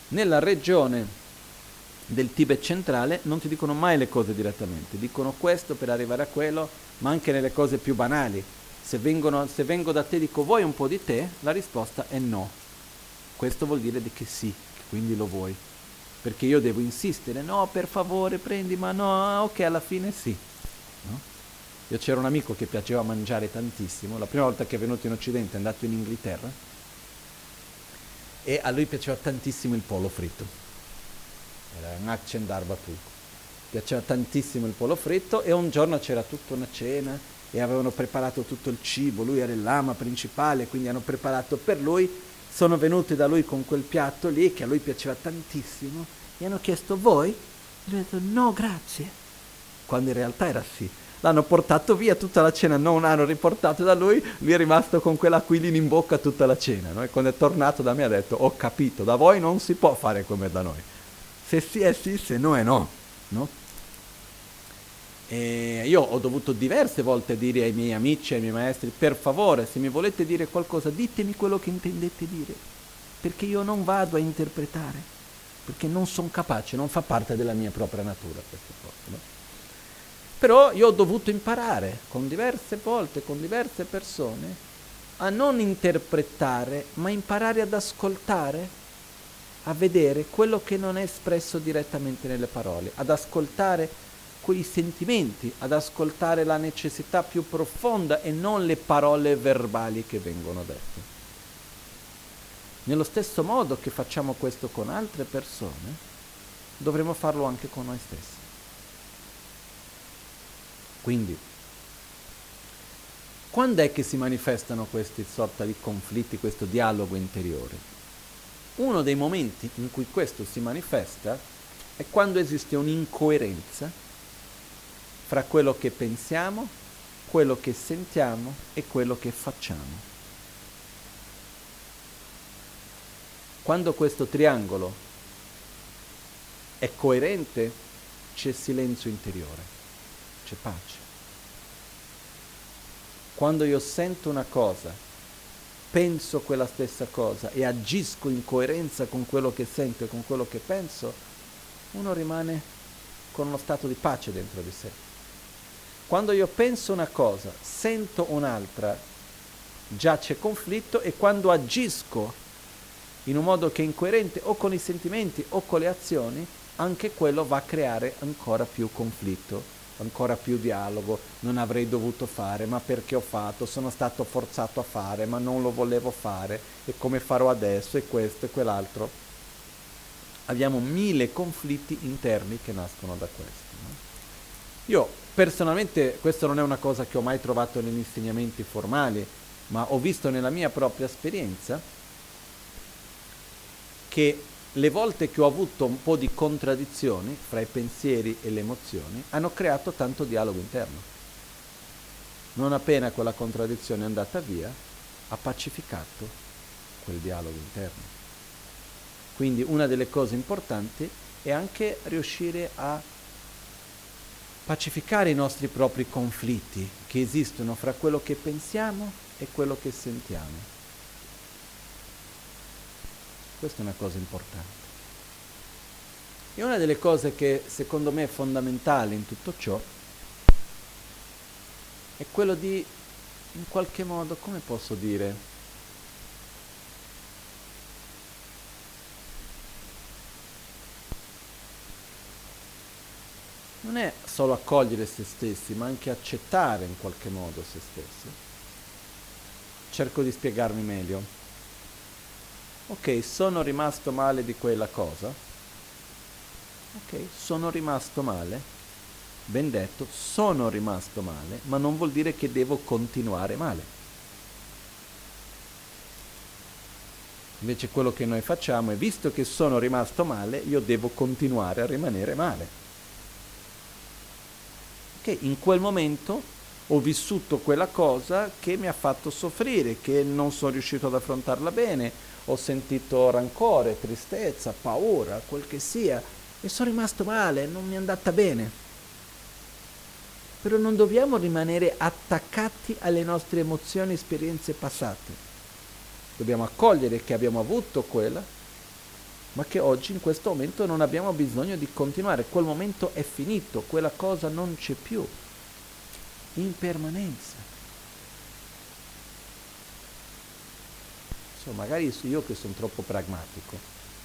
[SPEAKER 1] Nella regione del Tibet centrale non ti dicono mai le cose direttamente, dicono questo per arrivare a quello, ma anche nelle cose più banali. Se, vengono, se vengo da te e dico vuoi un po' di tè, la risposta è no. Questo vuol dire di che sì, che quindi lo vuoi. Perché io devo insistere, no per favore prendi, ma no, ok alla fine sì. No? Io c'era un amico che piaceva mangiare tantissimo, la prima volta che è venuto in Occidente è andato in Inghilterra e a lui piaceva tantissimo il pollo fritto. Era un accent d'Arbatuk. Piaceva tantissimo il pollo fritto e un giorno c'era tutta una cena e avevano preparato tutto il cibo, lui era il lama principale, quindi hanno preparato per lui, sono venuti da lui con quel piatto lì che a lui piaceva tantissimo e hanno chiesto voi? E lui ha detto no grazie, quando in realtà era sì. L'hanno portato via tutta la cena, non hanno riportato da lui, lui è rimasto con quell'aquilino in bocca tutta la cena, no? E quando è tornato da me ha detto ho capito, da voi non si può fare come da noi, se sì è sì, se no è no, no? E io ho dovuto diverse volte dire ai miei amici, ai miei maestri, per favore, se mi volete dire qualcosa, ditemi quello che intendete dire, perché io non vado a interpretare, perché non sono capace, non fa parte della mia propria natura queste cose, no? Però io ho dovuto imparare, con diverse volte, con diverse persone, a non interpretare, ma imparare ad ascoltare, a vedere quello che non è espresso direttamente nelle parole, ad ascoltare quei sentimenti, ad ascoltare la necessità più profonda e non le parole verbali che vengono dette. Nello stesso modo che facciamo questo con altre persone, dovremo farlo anche con noi stessi. Quindi, quando è che si manifestano questi sorta di conflitti, questo dialogo interiore? Uno dei momenti in cui questo si manifesta è quando esiste un'incoerenza fra quello che pensiamo, quello che sentiamo e quello che facciamo. Quando questo triangolo è coerente, c'è silenzio interiore, c'è pace. Quando io sento una cosa, penso quella stessa cosa e agisco in coerenza con quello che sento e con quello che penso, uno rimane con uno stato di pace dentro di sé. Quando io penso una cosa, sento un'altra, già c'è conflitto, e quando agisco in un modo che è incoerente o con i sentimenti o con le azioni, anche quello va a creare ancora più conflitto, ancora più dialogo. Non avrei dovuto fare, ma perché ho fatto? Sono stato forzato a fare, ma non lo volevo fare, e come farò adesso, e questo e quell'altro. Abbiamo mille conflitti interni che nascono da questo, no? Io personalmente, questa non è una cosa che ho mai trovato negli insegnamenti formali, ma ho visto nella mia propria esperienza che le volte che ho avuto un po' di contraddizioni fra i pensieri e le emozioni hanno creato tanto dialogo interno. Non appena quella contraddizione è andata via, ha pacificato quel dialogo interno. Quindi una delle cose importanti è anche riuscire a pacificare i nostri propri conflitti che esistono fra quello che pensiamo e quello che sentiamo. Questa è una cosa importante. E una delle cose che secondo me è fondamentale in tutto ciò è quello di, in qualche modo, come posso dire, non è solo accogliere se stessi, ma anche accettare in qualche modo se stessi. Cerco di spiegarmi meglio. Ok, sono rimasto male di quella cosa. Ok, sono rimasto male. Ben detto, sono rimasto male, ma non vuol dire che devo continuare male. Invece quello che noi facciamo è, visto che sono rimasto male, io devo continuare a rimanere male. Che in quel momento ho vissuto quella cosa che mi ha fatto soffrire, che non sono riuscito ad affrontarla bene, ho sentito rancore, tristezza, paura, quel che sia, e sono rimasto male, non mi è andata bene. Però non dobbiamo rimanere attaccati alle nostre emozioni e esperienze passate. Dobbiamo accogliere che abbiamo avuto quella, ma che oggi in questo momento non abbiamo bisogno di continuare, quel momento è finito, quella cosa non c'è più. Impermanenza. So, magari sono io che sono troppo pragmatico.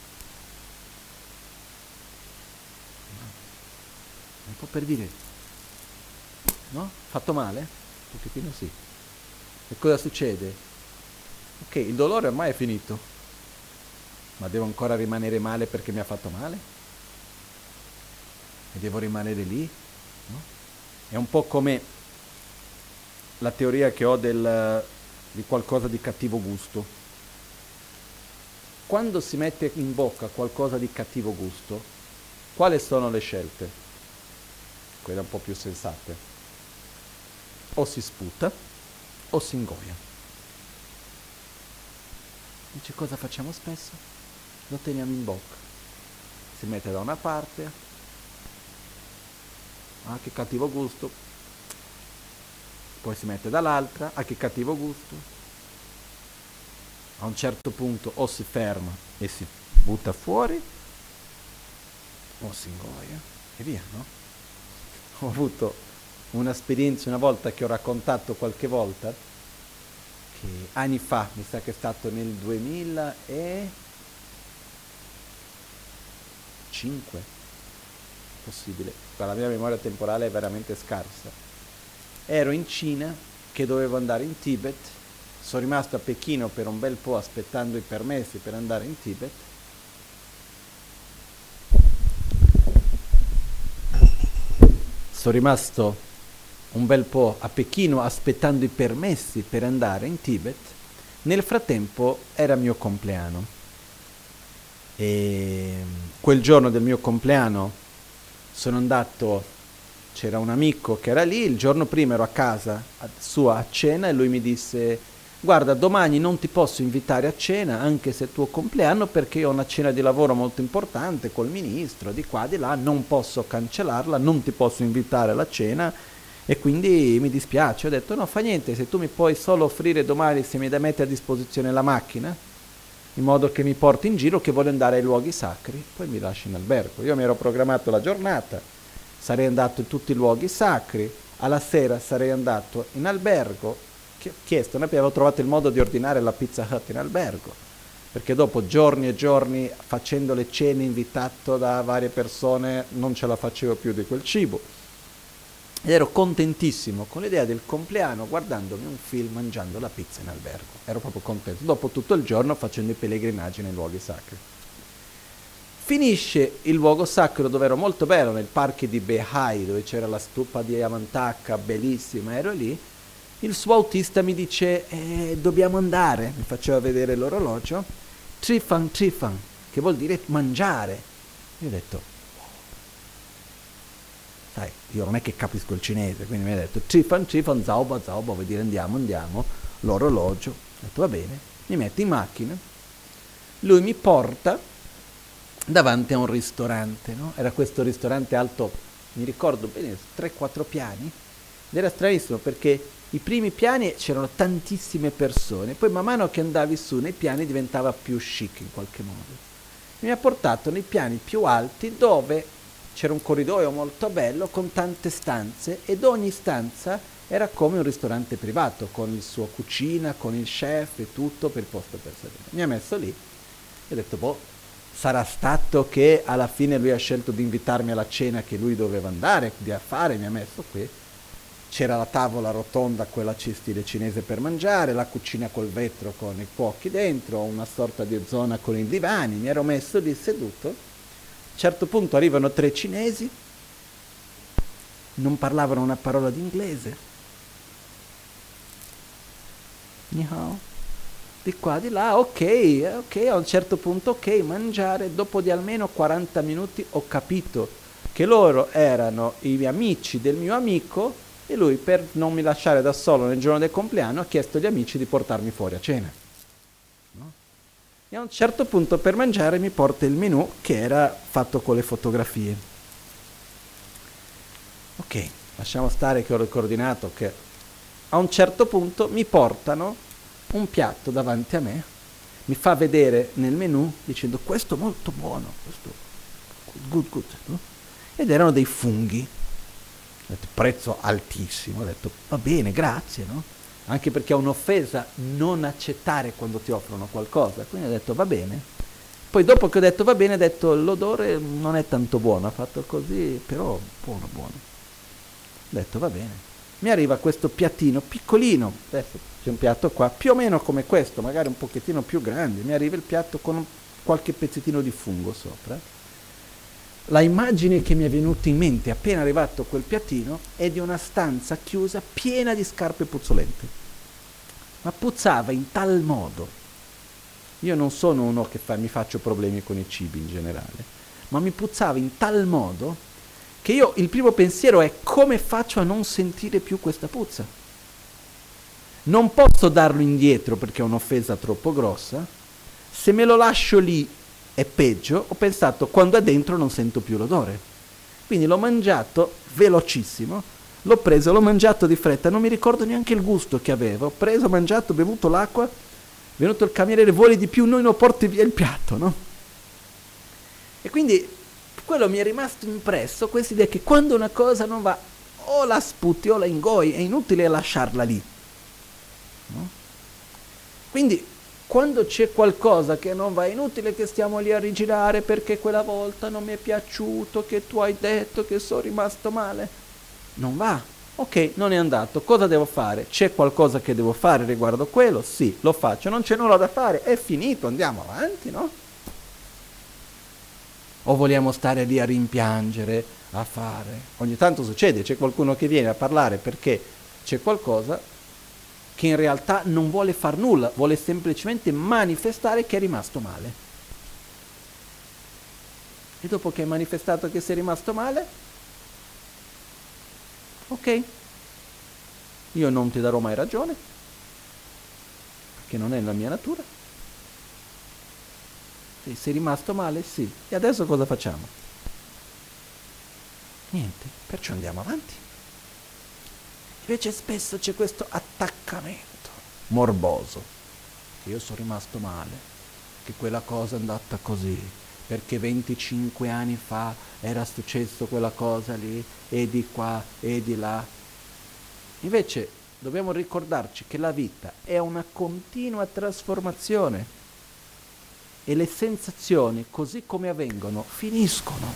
[SPEAKER 1] Un po' per dire, no? Fatto male? Un pochettino sì. E cosa succede? Ok, il dolore ormai è finito, ma devo ancora rimanere male perché mi ha fatto male? E devo rimanere lì? No? È un po' come la teoria che ho del, di qualcosa di cattivo gusto. Quando si mette in bocca qualcosa di cattivo gusto, quali sono le scelte? Quelle un po' più sensate. O si sputa o si ingoia. Dice, cosa facciamo spesso? Lo teniamo in bocca. Si mette da una parte, ah che cattivo gusto, poi si mette dall'altra, ah che cattivo gusto. A un certo punto o si ferma e si butta fuori, o si ingoia e via, no? Ho avuto un'esperienza una volta che ho raccontato qualche volta, che anni fa, mi sa che è stato nel duemilacinque, possibile, la mia memoria temporale è veramente scarsa. Ero in Cina, che dovevo andare in Tibet, sono rimasto a Pechino per un bel po' aspettando i permessi per andare in Tibet. Sono rimasto un bel po' a Pechino aspettando i permessi per andare in Tibet. Nel frattempo era mio compleanno e quel giorno del mio compleanno sono andato, c'era un amico che era lì, il giorno prima ero a casa sua a cena e lui mi disse: guarda, domani non ti posso invitare a cena anche se è tuo compleanno perché ho una cena di lavoro molto importante col ministro, di qua di là, non posso cancellarla, non ti posso invitare alla cena e quindi mi dispiace. Ho detto no, fa niente, se tu mi puoi solo offrire domani, se mi metti a disposizione la macchina in modo che mi porti in giro, che voglio andare ai luoghi sacri, poi mi lasci in albergo. Io mi ero programmato la giornata, sarei andato in tutti i luoghi sacri, alla sera sarei andato in albergo. Ho chiesto, noi avevo trovato il modo di ordinare la Pizza Hut in albergo, perché dopo giorni e giorni facendo le cene invitato da varie persone non ce la facevo più di quel cibo ed ero contentissimo con l'idea del compleanno guardandomi un film mangiando la pizza in albergo, ero proprio contento dopo tutto il giorno facendo i pellegrinaggi nei luoghi sacri. Finisce il luogo sacro dove ero molto bello, nel parco di Beihai dove c'era la stupa di Amantaka bellissima, ero lì. Il suo autista mi dice, eh, dobbiamo andare, mi faceva vedere l'orologio, Trifan Trifan, che vuol dire mangiare. Io ho detto, sai, io non è che capisco il cinese, quindi mi ha detto, Trifan Trifan, zauba zauba, vuol dire andiamo, andiamo, l'orologio. Ho detto, va bene, mi mette in macchina, lui mi porta davanti a un ristorante, no? Era questo ristorante alto, mi ricordo bene, tre quattro piani, ed era stranissimo perché i primi piani c'erano tantissime persone, poi man mano che andavi su nei piani diventava più chic in qualche modo. Mi ha portato nei piani più alti dove c'era un corridoio molto bello con tante stanze ed ogni stanza era come un ristorante privato con il suo cucina, con il chef e tutto per il posto per sedere. Mi ha messo lì e ho detto, boh, sarà stato che alla fine lui ha scelto di invitarmi alla cena che lui doveva andare a fare, mi ha messo qui. C'era la tavola rotonda, quella stile cinese per mangiare, la cucina col vetro con i cuochi dentro, una sorta di zona con i divani, mi ero messo lì seduto. A un certo punto arrivano tre cinesi, non parlavano una parola di inglese. Ni hao. Di qua, di là, ok, ok, a un certo punto ok, mangiare. Dopo di almeno quaranta minuti ho capito che loro erano i miei amici del mio amico. E lui, per non mi lasciare da solo nel giorno del compleanno, ha chiesto agli amici di portarmi fuori a cena. No? E a un certo punto per mangiare mi porta il menù che era fatto con le fotografie. Ok, lasciamo stare che ho coordinato che a un certo punto mi portano un piatto davanti a me mi fa vedere nel menù dicendo questo molto buono, questo good good, no? Ed erano dei funghi. Ho detto, prezzo altissimo, ho detto va bene, grazie, no? Anche perché è un'offesa non accettare quando ti offrono qualcosa, quindi ho detto va bene. Poi dopo che ho detto va bene, ho detto l'odore non è tanto buono, ha fatto così, però buono buono. Ho detto va bene. Mi arriva questo piattino piccolino, adesso c'è un piatto qua, più o meno come questo, magari un pochettino più grande, mi arriva il piatto con qualche pezzettino di fungo sopra. La immagine che mi è venuta in mente appena arrivato quel piattino è di una stanza chiusa piena di scarpe puzzolente, ma puzzava in tal modo. Io non sono uno che fa, mi faccio problemi con i cibi in generale, ma mi puzzava in tal modo che io, il primo pensiero è come faccio a non sentire più questa puzza? Non posso darlo indietro perché è un'offesa troppo grossa, se me lo lascio lì è peggio, ho pensato quando è dentro non sento più l'odore. Quindi l'ho mangiato velocissimo, l'ho preso, l'ho mangiato di fretta, non mi ricordo neanche il gusto che avevo, ho preso, ho mangiato, ho bevuto l'acqua, è venuto il cameriere, vuole di più, noi non porti via il piatto, no? E quindi quello mi è rimasto impresso, questa idea che quando una cosa non va, o la sputi o la ingoi, è inutile lasciarla lì. No? Quindi, quando c'è qualcosa che non va, è inutile che stiamo lì a rigirare perché quella volta non mi è piaciuto, che tu hai detto che sono rimasto male. Non va. Ok, non è andato. Cosa devo fare? C'è qualcosa che devo fare riguardo quello? Sì, lo faccio. Non c'è nulla da fare. È finito, andiamo avanti, no? O vogliamo stare lì a rimpiangere, a fare? Ogni tanto succede, c'è qualcuno che viene a parlare perché c'è qualcosa che in realtà non vuole far nulla, vuole semplicemente manifestare che è rimasto male. E dopo che hai manifestato che sei rimasto male, ok, io non ti darò mai ragione, perché non è la mia natura. Sì, sei rimasto male? Sì. E adesso cosa facciamo? Niente, perciò andiamo avanti. Invece spesso c'è questo attaccamento morboso, che io sono rimasto male, che quella cosa è andata così, perché venticinque anni fa era successo quella cosa lì, e di qua, e di là. Invece dobbiamo ricordarci che la vita è una continua trasformazione e le sensazioni, così come avvengono, finiscono.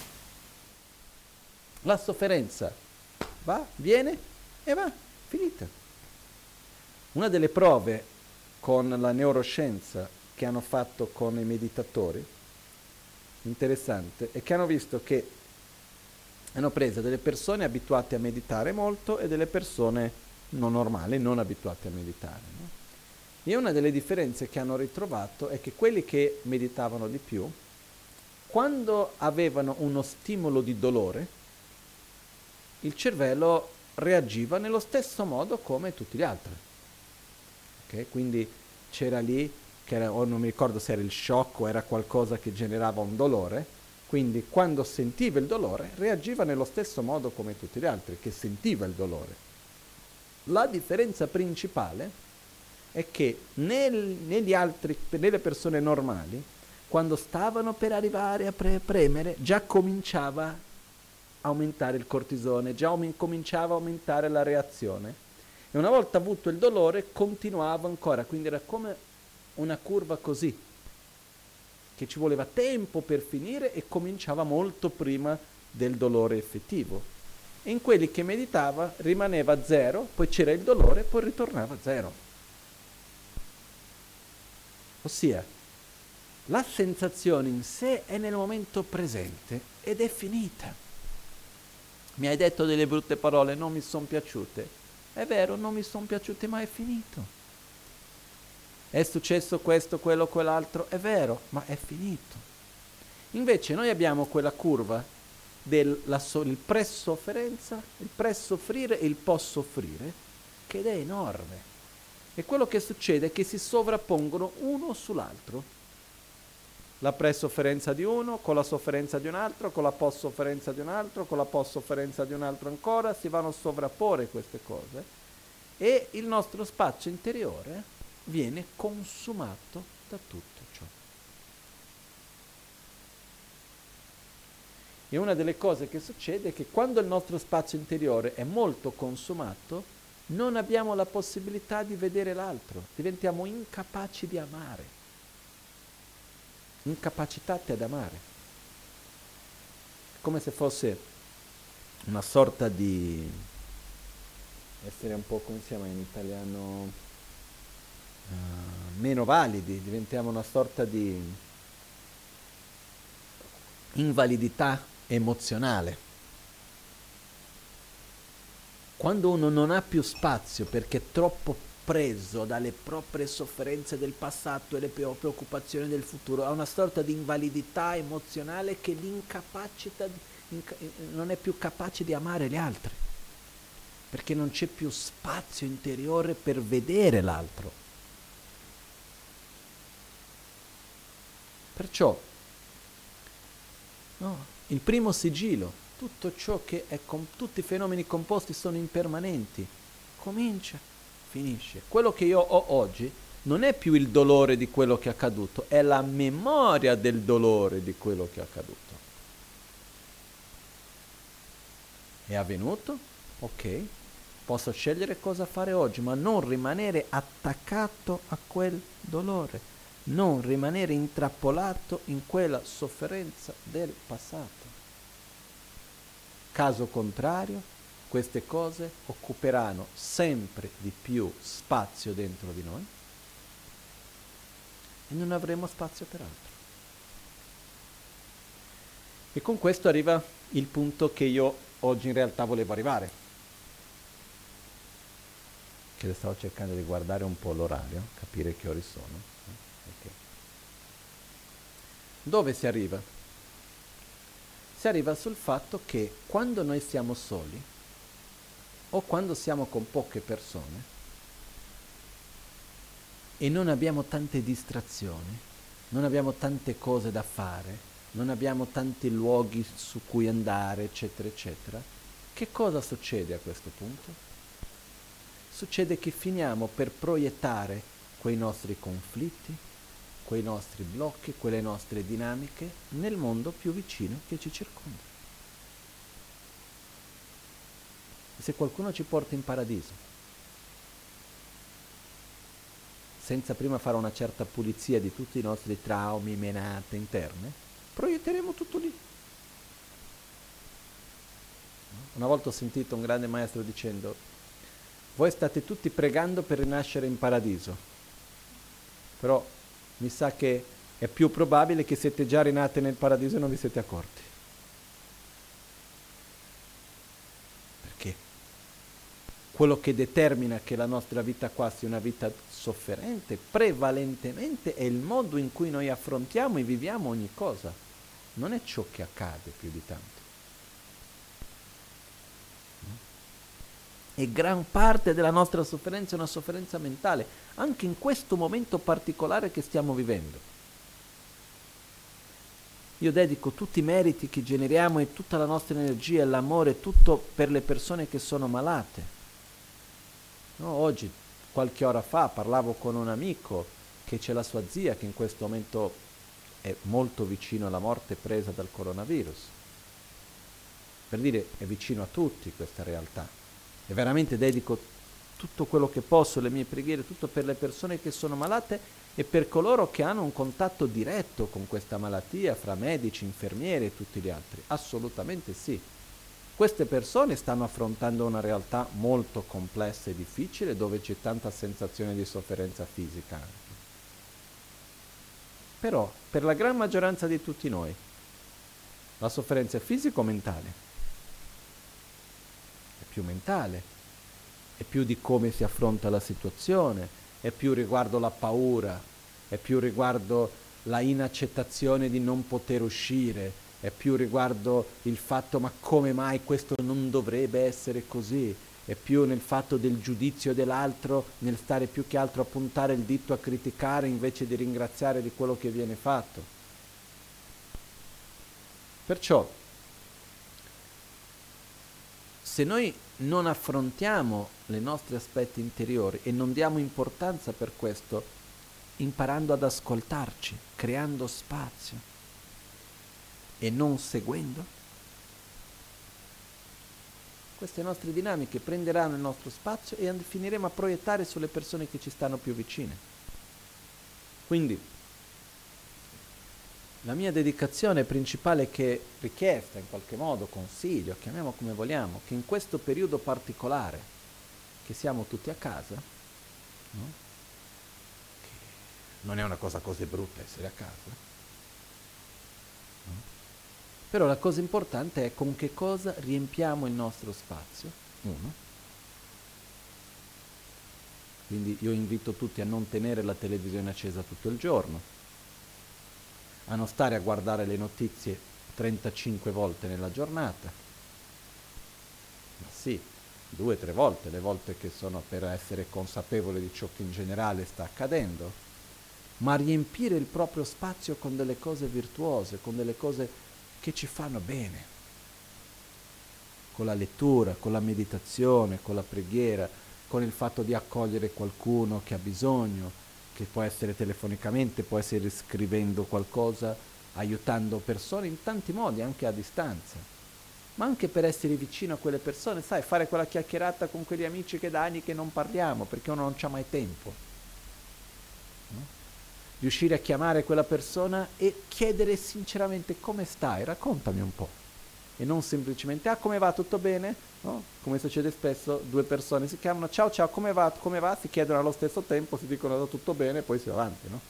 [SPEAKER 1] La sofferenza va, viene e va, finita. Una delle prove con la neuroscienza che hanno fatto con i meditatori, interessante, è che hanno visto che hanno preso delle persone abituate a meditare molto e delle persone non normali, non abituate a meditare, no? E una delle differenze che hanno ritrovato è che quelli che meditavano di più, quando avevano uno stimolo di dolore, il cervello reagiva nello stesso modo come tutti gli altri. Okay? Quindi c'era lì, che era, o non mi ricordo se era il shock o era qualcosa che generava un dolore, quindi quando sentiva il dolore reagiva nello stesso modo come tutti gli altri, che sentiva il dolore. La differenza principale è che nel, negli altri, nelle persone normali, quando stavano per arrivare a pre- premere, già cominciava a aumentare il cortisone, già om- cominciava a aumentare la reazione. E una volta avuto il dolore, continuava ancora, quindi era come una curva così, che ci voleva tempo per finire e cominciava molto prima del dolore effettivo. E in quelli che meditava rimaneva a zero, poi c'era il dolore, poi ritornava a zero. Ossia, la sensazione in sé è nel momento presente ed è finita. Mi hai detto delle brutte parole, non mi sono piaciute. È vero, non mi sono piaciute, ma è finito. È successo questo, quello, quell'altro, è vero, ma è finito. Invece noi abbiamo quella curva del so, il pre-sofferenza, il pre-soffrire e il post-soffrire, che è enorme. E quello che succede è che si sovrappongono uno sull'altro. La pre-sofferenza di uno, con la sofferenza di un altro, con la post-sofferenza di un altro, con la post-sofferenza di un altro ancora, si vanno a sovrapporre queste cose e il nostro spazio interiore viene consumato da tutto. E una delle cose che succede è che quando il nostro spazio interiore è molto consumato, non abbiamo la possibilità di vedere l'altro, diventiamo incapaci di amare, incapacitati ad amare. È come se fosse una sorta di essere un po', come si chiama in italiano, uh, meno validi, diventiamo una sorta di invalidità emozionale. Quando uno non ha più spazio perché è troppo preso dalle proprie sofferenze del passato e le preoccupazioni del futuro, ha una sorta di invalidità emozionale che l'incapacita, inca- non è più capace di amare gli altri, perché non c'è più spazio interiore per vedere l'altro. Perciò, no, il primo sigillo, tutto ciò che è con tutti i fenomeni composti sono impermanenti, comincia, finisce. Quello che io ho oggi non è più il dolore di quello che è accaduto, è la memoria del dolore di quello che è accaduto. È avvenuto? Ok, posso scegliere cosa fare oggi, ma non rimanere attaccato a quel dolore, non rimanere intrappolato in quella sofferenza del passato. Caso contrario, queste cose occuperanno sempre di più spazio dentro di noi e non avremo spazio per altro. E con questo arriva il punto che io oggi in realtà volevo arrivare. Che stavo cercando di guardare un po' l'orario, capire che ore sono. Okay. Dove si arriva? Si arriva sul fatto che quando noi siamo soli o quando siamo con poche persone e non abbiamo tante distrazioni, non abbiamo tante cose da fare, non abbiamo tanti luoghi su cui andare, eccetera, eccetera, che cosa succede a questo punto? Succede che finiamo per proiettare quei nostri conflitti, quei nostri blocchi, quelle nostre dinamiche nel mondo più vicino che ci circonda. E se qualcuno ci porta in paradiso, senza prima fare una certa pulizia di tutti i nostri traumi, menate interne, proietteremo tutto lì. Una volta ho sentito un grande maestro dicendo: voi state tutti pregando per rinascere in paradiso, però mi sa che è più probabile che siete già rinati nel paradiso e non vi siete accorti. Perché quello che determina che la nostra vita qua sia una vita sofferente, prevalentemente è il modo in cui noi affrontiamo e viviamo ogni cosa. Non è ciò che accade più di tanto. E gran parte della nostra sofferenza è una sofferenza mentale, anche in questo momento particolare che stiamo vivendo. Io dedico tutti i meriti che generiamo e tutta la nostra energia e l'amore, tutto per le persone che sono malate. No, oggi, qualche ora fa, parlavo con un amico che c'è la sua zia che in questo momento è molto vicino alla morte, presa dal coronavirus. Per dire, è vicino a tutti questa realtà. E veramente dedico tutto quello che posso, le mie preghiere, tutto per le persone che sono malate e per coloro che hanno un contatto diretto con questa malattia, fra medici, infermieri e tutti gli altri. Assolutamente sì. Queste persone stanno affrontando una realtà molto complessa e difficile, dove c'è tanta sensazione di sofferenza fisica anche. Però, per la gran maggioranza di tutti noi, la sofferenza è fisica o mentale? Più mentale, è più di come si affronta la situazione, è più riguardo la paura, è più riguardo la inaccettazione di non poter uscire, è più riguardo il fatto ma come mai questo non dovrebbe essere così, è più nel fatto del giudizio dell'altro, nel stare più che altro a puntare il dito a criticare invece di ringraziare di quello che viene fatto. Perciò se noi non affrontiamo i nostri aspetti interiori e non diamo importanza per questo, imparando ad ascoltarci, creando spazio e non seguendo, queste nostre dinamiche prenderanno il nostro spazio e finiremo a proiettare sulle persone che ci stanno più vicine. Quindi la mia dedicazione principale, che è richiesta in qualche modo, consiglio, chiamiamo come vogliamo, che in questo periodo particolare, che siamo tutti a casa, no? Che non è una cosa così brutta essere a casa, no? Però la cosa importante è con che cosa riempiamo il nostro spazio, uno. Quindi io invito tutti a non tenere la televisione accesa tutto il giorno, a non stare a guardare le notizie trentacinque volte nella giornata, ma sì, due o tre volte, le volte che sono per essere consapevole di ciò che in generale sta accadendo, ma riempire il proprio spazio con delle cose virtuose, con delle cose che ci fanno bene, con la lettura, con la meditazione, con la preghiera, con il fatto di accogliere qualcuno che ha bisogno, che può essere telefonicamente, può essere scrivendo qualcosa, aiutando persone in tanti modi, anche a distanza, ma anche per essere vicino a quelle persone, sai, fare quella chiacchierata con quegli amici che da anni che non parliamo, perché uno non c'ha mai tempo, no? Riuscire a chiamare quella persona e chiedere sinceramente come stai, raccontami un po', e non semplicemente ah come va, tutto bene, no? Come succede spesso, due persone si chiamano ciao ciao come va, come va, si chiedono allo stesso tempo, si dicono tutto bene e poi si va avanti, no?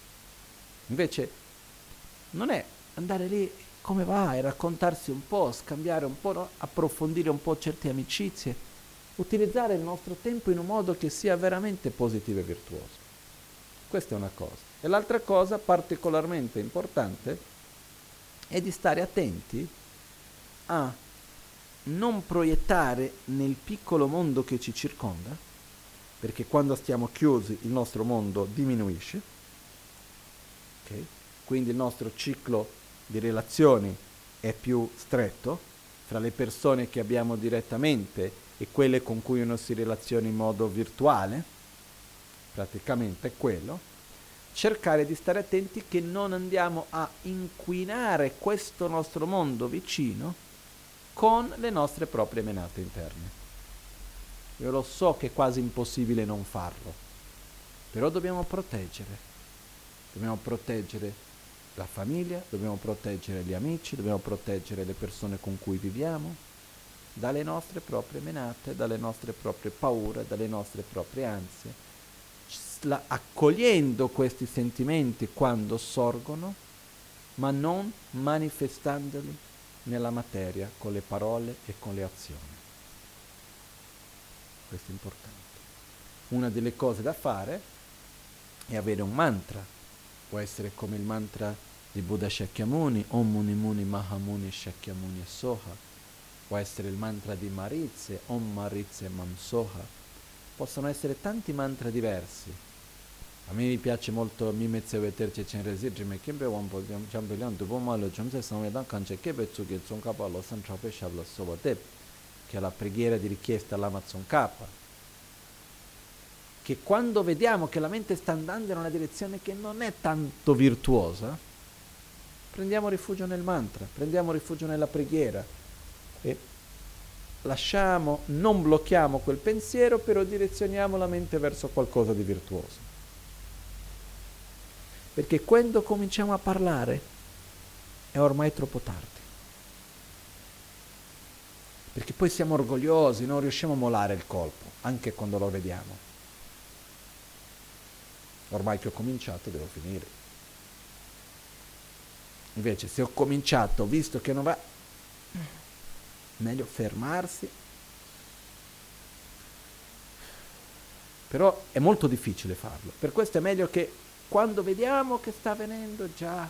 [SPEAKER 1] Invece non è andare lì come va e raccontarsi un po', scambiare un po', no? Approfondire un po' certe amicizie, utilizzare il nostro tempo in un modo che sia veramente positivo e virtuoso. Questa è una cosa. E l'altra cosa particolarmente importante è di stare attenti a non proiettare nel piccolo mondo che ci circonda, perché quando stiamo chiusi il nostro mondo diminuisce, okay? Quindi il nostro ciclo di relazioni è più stretto fra le persone che abbiamo direttamente e quelle con cui uno si relaziona in modo virtuale, praticamente è quello. Cercare di stare attenti che non andiamo a inquinare questo nostro mondo vicino con le nostre proprie menate interne. Io lo so che è quasi impossibile non farlo, però dobbiamo proteggere. Dobbiamo proteggere la famiglia, dobbiamo proteggere gli amici, dobbiamo proteggere le persone con cui viviamo dalle nostre proprie menate, dalle nostre proprie paure, dalle nostre proprie ansie, La, accogliendo questi sentimenti quando sorgono, ma non manifestandoli nella materia con le parole e con le azioni. Questo è importante. Una delle cose da fare è avere un mantra. Può essere come il mantra di Buddha Shakyamuni, Om Muni Muni Mahamuni Shakyamuni Soha. Può essere il mantra di Maritze, Om Maritze Mam Soha. Possono essere tanti mantra diversi. A me mi piace molto Mimezze Veterce Cenresi, Jime Kimbe Wambo Jambelian, Dubomalo, Jomse Samedan, Kanche Kebe Tsugi, Zonkapa, Lo Santrape Shabla Sovatep, che è la preghiera di richiesta all'Amazon K, che quando vediamo che la mente sta andando in una direzione che non è tanto virtuosa, prendiamo rifugio nel mantra, prendiamo rifugio nella preghiera e lasciamo, non blocchiamo quel pensiero, però direzioniamo la mente verso qualcosa di virtuoso. Perché quando cominciamo a parlare è ormai troppo tardi. Perché poi siamo orgogliosi, non riusciamo a molare il colpo, anche quando lo vediamo. Ormai che ho cominciato devo finire. Invece se ho cominciato, visto che non va, meglio fermarsi. Però è molto difficile farlo. Per questo è meglio che quando vediamo che sta venendo già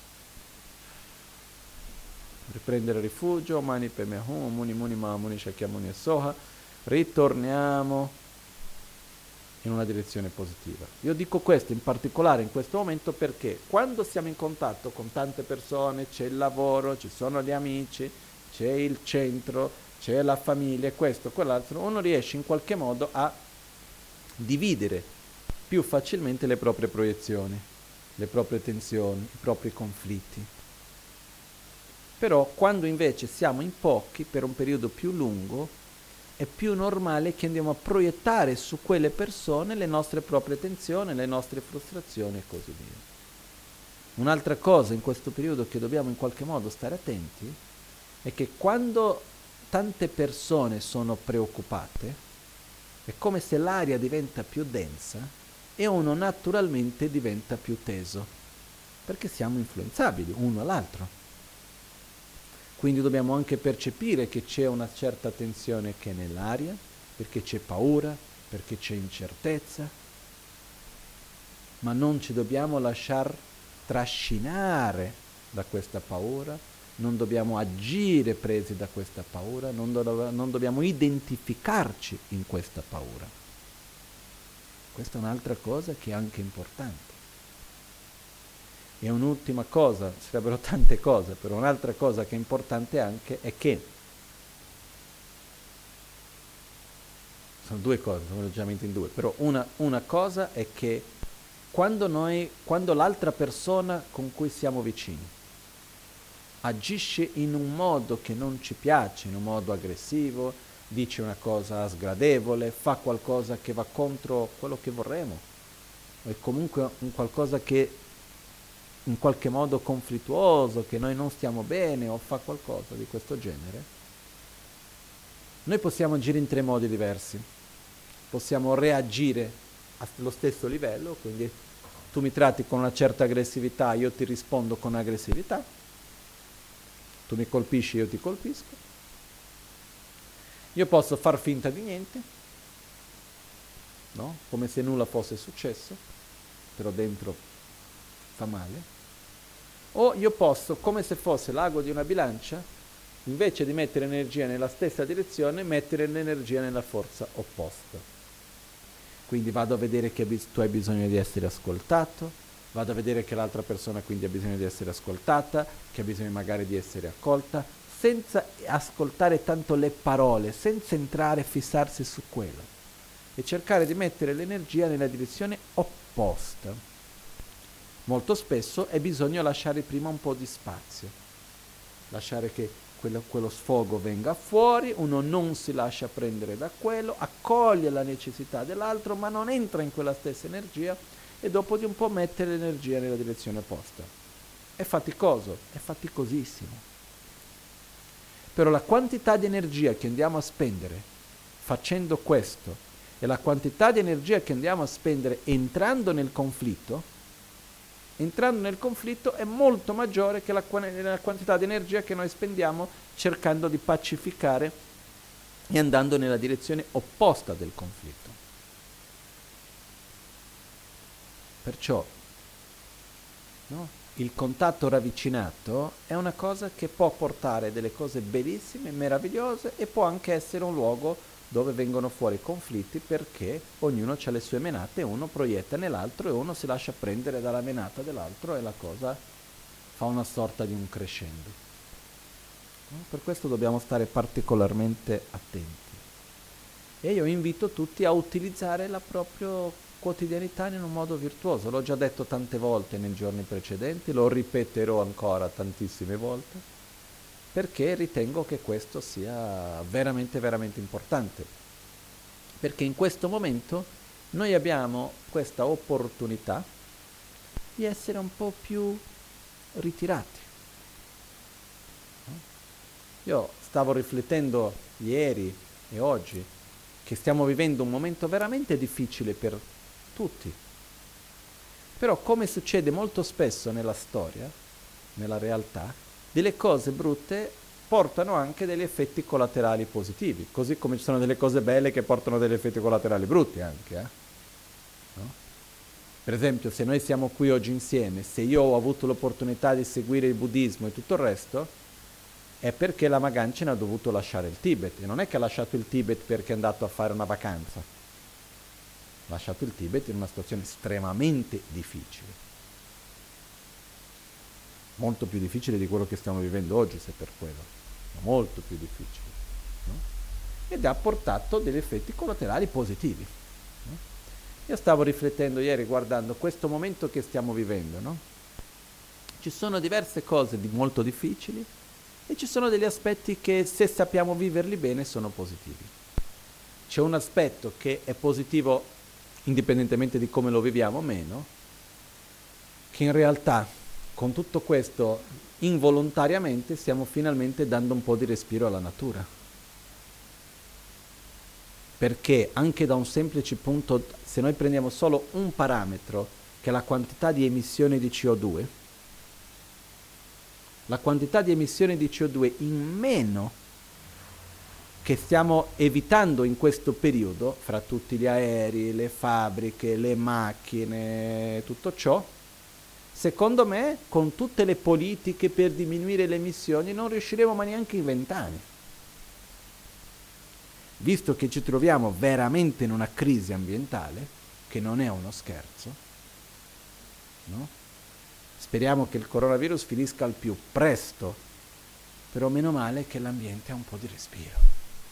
[SPEAKER 1] riprendere rifugio, mani per me, muni muni ma muni shakyamuni e soha, ritorniamo in una direzione positiva. Io dico questo in particolare in questo momento perché quando siamo in contatto con tante persone, c'è il lavoro, ci sono gli amici, c'è il centro, c'è la famiglia, questo, quell'altro, uno riesce in qualche modo a dividere più facilmente le proprie proiezioni, le proprie tensioni, i propri conflitti. Però quando invece siamo in pochi per un periodo più lungo, è più normale che andiamo a proiettare su quelle persone le nostre proprie tensioni, le nostre frustrazioni e così via. Un'altra cosa in questo periodo che dobbiamo in qualche modo stare attenti è che quando tante persone sono preoccupate, è come se l'aria diventa più densa e uno naturalmente diventa più teso, perché siamo influenzabili uno all'altro. Quindi dobbiamo anche percepire che c'è una certa tensione che è nell'aria, perché c'è paura, perché c'è incertezza, ma non ci dobbiamo lasciar trascinare da questa paura, non dobbiamo agire presi da questa paura, non, do- non dobbiamo identificarci in questa paura. Questa è un'altra cosa che è anche importante. E un'ultima cosa, sarebbero tante cose, però un'altra cosa che è importante anche è che, sono due cose, sono leggermente in due, però una, una cosa è che quando noi, quando l'altra persona con cui siamo vicini agisce in un modo che non ci piace, in un modo aggressivo, dice una cosa sgradevole, fa qualcosa che va contro quello che vorremmo, o è comunque un qualcosa che in qualche modo conflittuoso, che noi non stiamo bene, o fa qualcosa di questo genere, noi possiamo agire in tre modi diversi. Possiamo reagire allo stesso livello, quindi tu mi tratti con una certa aggressività, io ti rispondo con aggressività, tu mi colpisci, io ti colpisco. Io posso far finta di niente, no? Come se nulla fosse successo, però dentro fa male. O io posso, come se fosse l'ago di una bilancia, invece di mettere energia nella stessa direzione, mettere l'energia nella forza opposta. Quindi vado a vedere che tu hai bisogno di essere ascoltato, vado a vedere che l'altra persona quindi ha bisogno di essere ascoltata, che ha bisogno magari di essere accolta, senza ascoltare tanto le parole, senza entrare e fissarsi su quello, e cercare di mettere l'energia nella direzione opposta. Molto spesso è bisogno lasciare prima un po' di spazio, lasciare che quello, quello sfogo venga fuori, uno non si lascia prendere da quello, accoglie la necessità dell'altro, ma non entra in quella stessa energia e dopo di un po' mette l'energia nella direzione opposta. È faticoso, è faticosissimo. Però la quantità di energia che andiamo a spendere facendo questo e la quantità di energia che andiamo a spendere entrando nel conflitto, entrando nel conflitto è molto maggiore che la, la quantità di energia che noi spendiamo cercando di pacificare e andando nella direzione opposta del conflitto. Perciò, no? Il contatto ravvicinato è una cosa che può portare delle cose bellissime, meravigliose, e può anche essere un luogo dove vengono fuori conflitti perché ognuno ha le sue menate, uno proietta nell'altro e uno si lascia prendere dalla menata dell'altro e la cosa fa una sorta di un crescendo. Per questo dobbiamo stare particolarmente attenti. E io invito tutti a utilizzare la propria quotidianità in un modo virtuoso. L'ho già detto tante volte nei giorni precedenti, lo ripeterò ancora tantissime volte, perché ritengo che questo sia veramente, veramente importante. Perché in questo momento noi abbiamo questa opportunità di essere un po' più ritirati. Io stavo riflettendo ieri e oggi che stiamo vivendo un momento veramente difficile per tutti. Però, come succede molto spesso nella storia, nella realtà, delle cose brutte portano anche degli effetti collaterali positivi, così come ci sono delle cose belle che portano degli effetti collaterali brutti anche. Eh? No? Per esempio, se noi siamo qui oggi insieme, se io ho avuto l'opportunità di seguire il buddismo e tutto il resto, è perché la Magancina ha dovuto lasciare il Tibet, e non è che ha lasciato il Tibet perché è andato a fare una vacanza, ha lasciato il Tibet in una situazione estremamente difficile. Molto più difficile di quello che stiamo vivendo oggi, se per quello, molto più difficile, no? Ed ha portato degli effetti collaterali positivi, no? Io stavo riflettendo ieri guardando questo momento che stiamo vivendo, no? Ci sono diverse cose di molto difficili e ci sono degli aspetti che, se sappiamo viverli bene, sono positivi. c'è un aspetto che è positivo indipendentemente di come lo viviamo o meno, che in realtà con tutto questo involontariamente stiamo finalmente dando un po' di respiro alla natura. Perché anche da un semplice punto, se noi prendiamo solo un parametro, che è la quantità di emissioni di C O due, la quantità di emissioni di C O due in meno che stiamo evitando in questo periodo, fra tutti gli aerei, le fabbriche, le macchine, tutto ciò, secondo me, con tutte le politiche per diminuire le emissioni, non riusciremo mai neanche in vent'anni. Visto che ci troviamo veramente in una crisi ambientale, che non è uno scherzo, no? Speriamo che il coronavirus finisca al più presto, però meno male che l'ambiente ha un po' di respiro.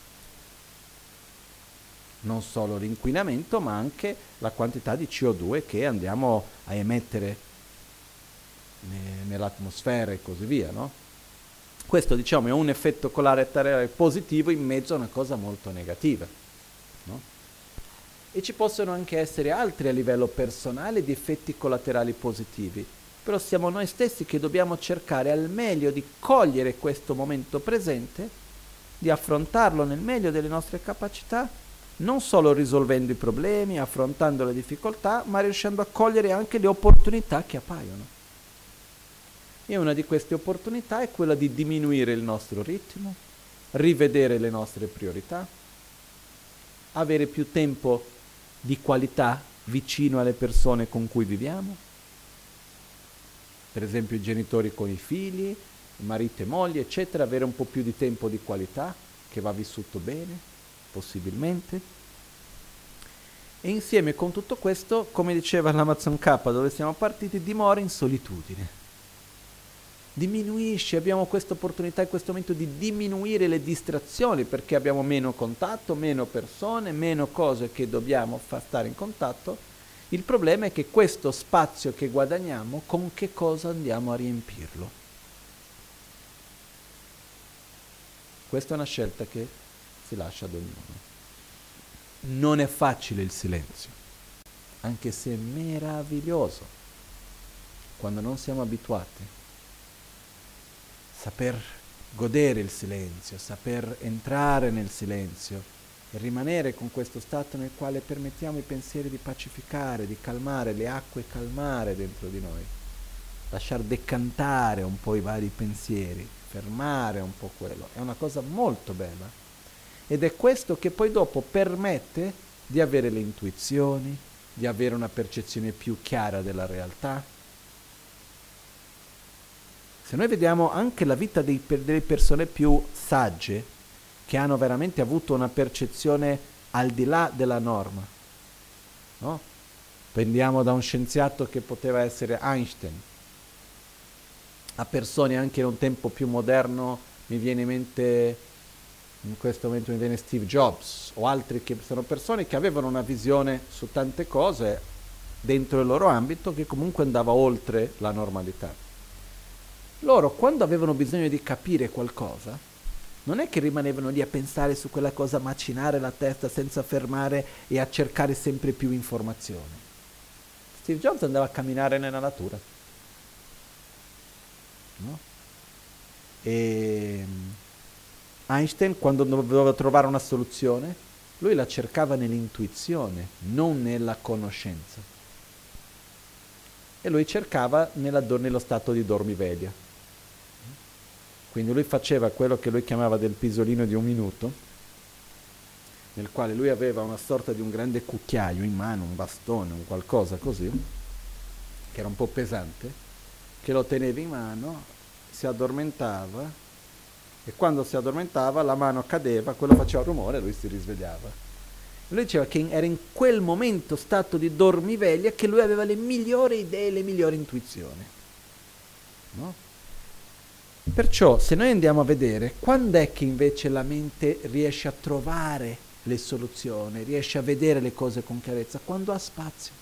[SPEAKER 1] Non solo l'inquinamento, ma anche la quantità di C O due che andiamo a emettere ne- nell'atmosfera e così via, no? Questo, diciamo, è un effetto collaterale positivo in mezzo a una cosa molto negativa, no? E ci possono anche essere altri a livello personale di effetti collaterali positivi, però siamo noi stessi che dobbiamo cercare al meglio di cogliere questo momento presente, di affrontarlo nel meglio delle nostre capacità, non solo risolvendo i problemi, affrontando le difficoltà, ma riuscendo a cogliere anche le opportunità che appaiono. E una di queste opportunità è quella di diminuire il nostro ritmo, rivedere le nostre priorità, avere più tempo di qualità vicino alle persone con cui viviamo, per esempio i genitori con i figli, marito e moglie, eccetera, avere un po' più di tempo di qualità che va vissuto bene, possibilmente. E insieme con tutto questo, come diceva l'Amazon K dove siamo partiti, dimora in solitudine. Diminuisce, abbiamo questa opportunità in questo momento di diminuire le distrazioni perché abbiamo meno contatto, meno persone, meno cose che dobbiamo far stare in contatto. Il problema è che questo spazio che guadagniamo, con che cosa andiamo a riempirlo? Questa è una scelta che si lascia ad ognuno. Non è facile il silenzio, anche se è meraviglioso quando non siamo abituati. Saper godere il silenzio, saper entrare nel silenzio e rimanere con questo stato nel quale permettiamo ai pensieri di pacificare, di calmare, le acque calmare dentro di noi, lasciar decantare un po' i vari pensieri, fermare un po' quello, è una cosa molto bella. Ed è questo che poi dopo permette di avere le intuizioni, di avere una percezione più chiara della realtà. Se noi vediamo anche la vita dei, delle persone più sagge, che hanno veramente avuto una percezione al di là della norma, no? Prendiamo da un scienziato che poteva essere Einstein, a persone anche in un tempo più moderno, mi viene in mente, in questo momento mi viene Steve Jobs, o altri che sono persone che avevano una visione su tante cose dentro il loro ambito che comunque andava oltre la normalità. Loro, quando avevano bisogno di capire qualcosa, non è che rimanevano lì a pensare su quella cosa, a macinare la testa senza fermare e a cercare sempre più informazioni. Steve Jobs andava a camminare nella natura, no? E Einstein, quando doveva trovare una soluzione, lui la cercava nell'intuizione, non nella conoscenza. E lui cercava nella, nello stato di dormiveglia. Quindi lui faceva quello che lui chiamava del pisolino di un minuto, nel quale lui aveva una sorta di un grande cucchiaio in mano, un bastone, un qualcosa così, che era un po' pesante, che lo teneva in mano, si addormentava, e quando si addormentava la mano cadeva, quello faceva rumore e lui si risvegliava. E lui diceva che era in quel momento stato di dormiveglia che lui aveva le migliori idee, le migliori intuizioni, no? Perciò, se noi andiamo a vedere, quando è che invece la mente riesce a trovare le soluzioni, riesce a vedere le cose con chiarezza? Quando ha spazio.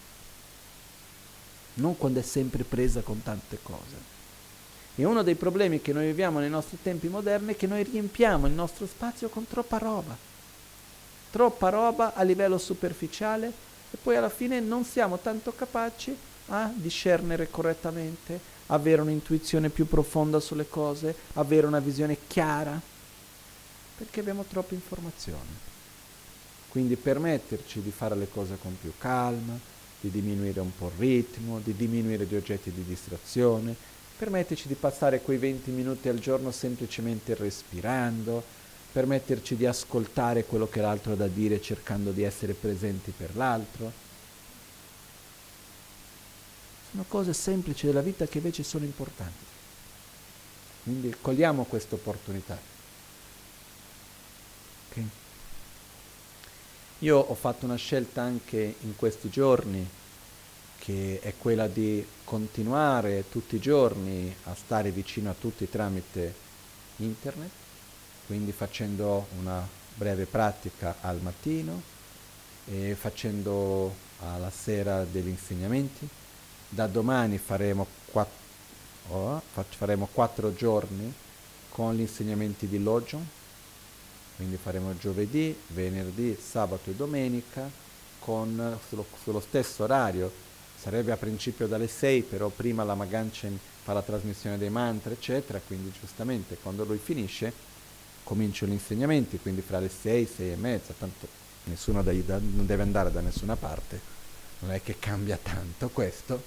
[SPEAKER 1] Non quando è sempre presa con tante cose. E uno dei problemi che noi viviamo nei nostri tempi moderni è che noi riempiamo il nostro spazio con troppa roba. troppa roba a livello superficiale e poi alla fine non siamo tanto capaci a discernere correttamente, avere un'intuizione più profonda sulle cose, avere una visione chiara, perché abbiamo troppe informazioni. Quindi permetterci di fare le cose con più calma, di diminuire un po' il ritmo, di diminuire gli oggetti di distrazione, permetterci di passare quei venti minuti al giorno semplicemente respirando, permetterci di ascoltare quello che l'altro ha da dire cercando di essere presenti per l'altro. Sono cose semplici della vita che invece sono importanti. Quindi cogliamo questa opportunità. Okay? Io ho fatto una scelta anche in questi giorni, che è quella di continuare tutti i giorni a stare vicino a tutti tramite internet, quindi facendo una breve pratica al mattino e facendo alla sera degli insegnamenti. Da domani faremo quattro, oh, faremo quattro giorni con gli insegnamenti di Lojong, quindi faremo giovedì, venerdì, sabato e domenica con, sullo, sullo stesso orario. Sarebbe a principio dalle sei, però prima la Maganchen fa la trasmissione dei mantra, eccetera, quindi giustamente quando lui finisce comincio gli insegnamenti, quindi fra le sei, sei e mezza, tanto nessuno da, da, non deve andare da nessuna parte, non è che cambia tanto questo.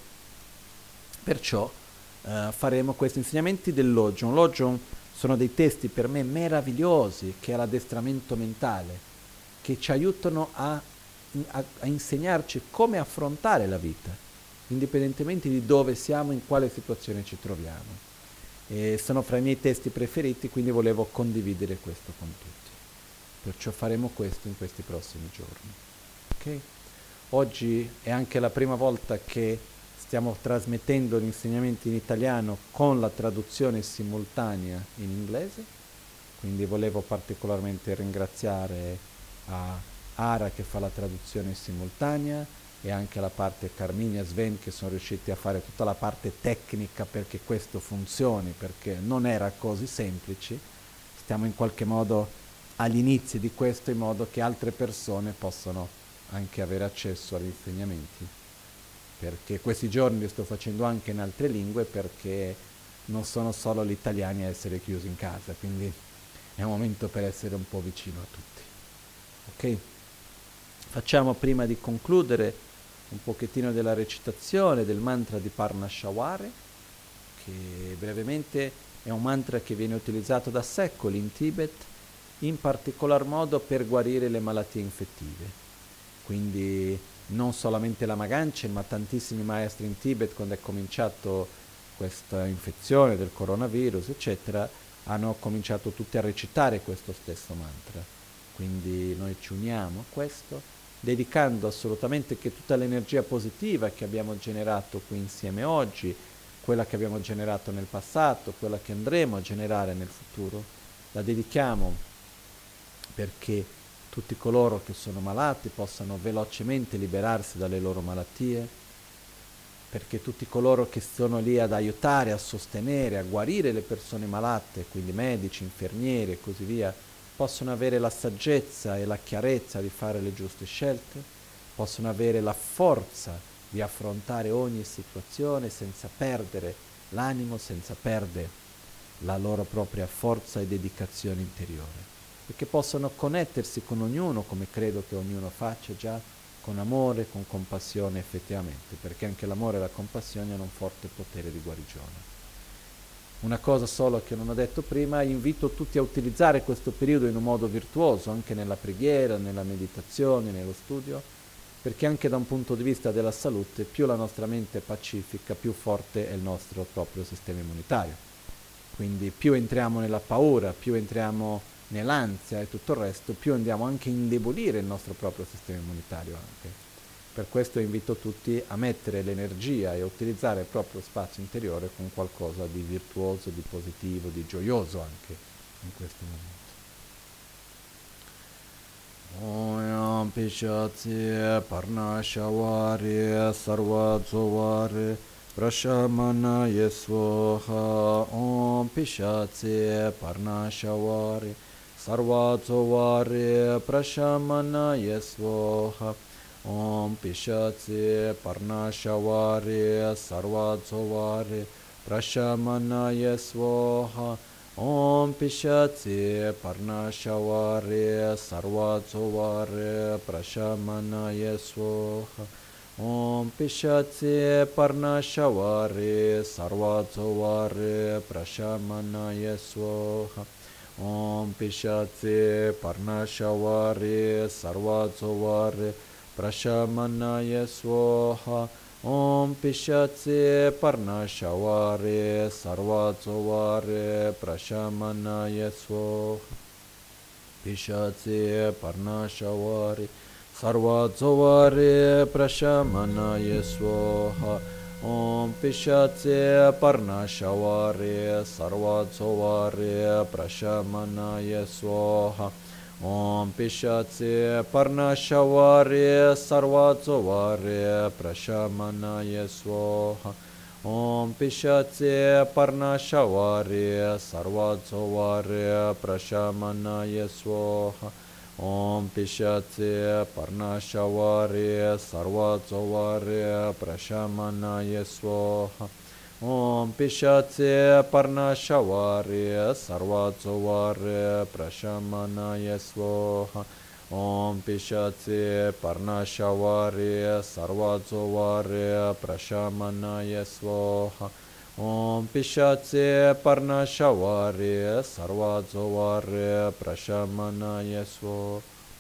[SPEAKER 1] Perciò eh, faremo questi insegnamenti del Lojong. Lojong sono dei testi per me meravigliosi, che è l'addestramento mentale, che ci aiutano a, a, a insegnarci come affrontare la vita, indipendentemente di dove siamo, in quale situazione ci troviamo. E sono fra i miei testi preferiti, quindi volevo condividere questo con tutti. Perciò faremo questo in questi prossimi giorni. Okay? Oggi è anche la prima volta che stiamo trasmettendo gli insegnamenti in italiano con la traduzione simultanea in inglese, quindi volevo particolarmente ringraziare a Ara che fa la traduzione simultanea e anche la parte Carmine e Sven che sono riusciti a fare tutta la parte tecnica perché questo funzioni, perché non era così semplice. Stiamo in qualche modo agli inizi di questo in modo che altre persone possano anche avere accesso agli insegnamenti, perché questi giorni li sto facendo anche in altre lingue perché non sono solo gli italiani a essere chiusi in casa, quindi è un momento per essere un po' vicino a tutti. Ok? Facciamo prima di concludere un pochettino della recitazione del mantra di Parnashaware, che brevemente è un mantra che viene utilizzato da secoli in Tibet, in particolar modo per guarire le malattie infettive. Quindi non solamente la Maganchen, ma tantissimi maestri in Tibet, quando è cominciato questa infezione del coronavirus, eccetera, hanno cominciato tutti a recitare questo stesso mantra. Quindi noi ci uniamo a questo, dedicando assolutamente che tutta l'energia positiva che abbiamo generato qui insieme oggi, quella che abbiamo generato nel passato, quella che andremo a generare nel futuro, la dedichiamo perché tutti coloro che sono malati possano velocemente liberarsi dalle loro malattie, perché tutti coloro che sono lì ad aiutare, a sostenere, a guarire le persone malate, quindi medici, infermieri e così via, possono avere la saggezza e la chiarezza di fare le giuste scelte, possono avere la forza di affrontare ogni situazione senza perdere l'animo, senza perdere la loro propria forza e dedicazione interiore, perché possono connettersi con ognuno, come credo che ognuno faccia già, con amore, con compassione effettivamente, perché anche l'amore e la compassione hanno un forte potere di guarigione. Una cosa solo che non ho detto prima, invito tutti a utilizzare questo periodo in un modo virtuoso, anche nella preghiera, nella meditazione, nello studio, perché anche da un punto di vista della salute, più la nostra mente è pacifica, più forte è il nostro proprio sistema immunitario. Quindi più entriamo nella paura, più entriamo nell'ansia e tutto il resto, più andiamo anche a indebolire il nostro proprio sistema immunitario anche. Per questo invito tutti a mettere l'energia e a utilizzare il proprio spazio interiore con qualcosa di virtuoso, di positivo, di gioioso anche in questo momento. Om Pishatsi Parnashawari Sarvazovari Prashamana Yeswaha Om Pishatsi Parnashawari sarvatsovari prashamanaya swaha. Om Pishatsi Parnashavari Sarvatsovari Prashamanaya Swaha. Om Pishatsi Parnashavari Sarvatsovari Prashamanaya Swaha. Om Pishatsi Parnashavari Sarvatsovari Prashamanaya Swaha. Om Pishatsi Parnashavari Sarvatsovari Prashamanaya Swaha. Om Pishatsi Parnashavari Sarvatsovari Prashamanaya Swaha. Pishatsi Parnashavari Sarvatsovari Prashamanaya Swaha. Om Pishatsi Parnashavari Sarvatsovari Prashamanaya Swaha. Om Pishatsi Parnashavari Sarvatsovari Prashamanaya Swaha. Om Pishatsi Parnashavari Sarvatsovari Prashamanaya Swaha. Om Pishatsi Parnashavari Sarvatsovari Prashamanaya Swaha. Om Pishatsi Parnashavari Sarvatsovari Prashamanaya Swaha. Om Pishatsi Parnashavari Sarvatsovari Prashamanaya Swaha. Om Pishatsi Parnashavari Sarvatsovari Prashamanaya Swaha.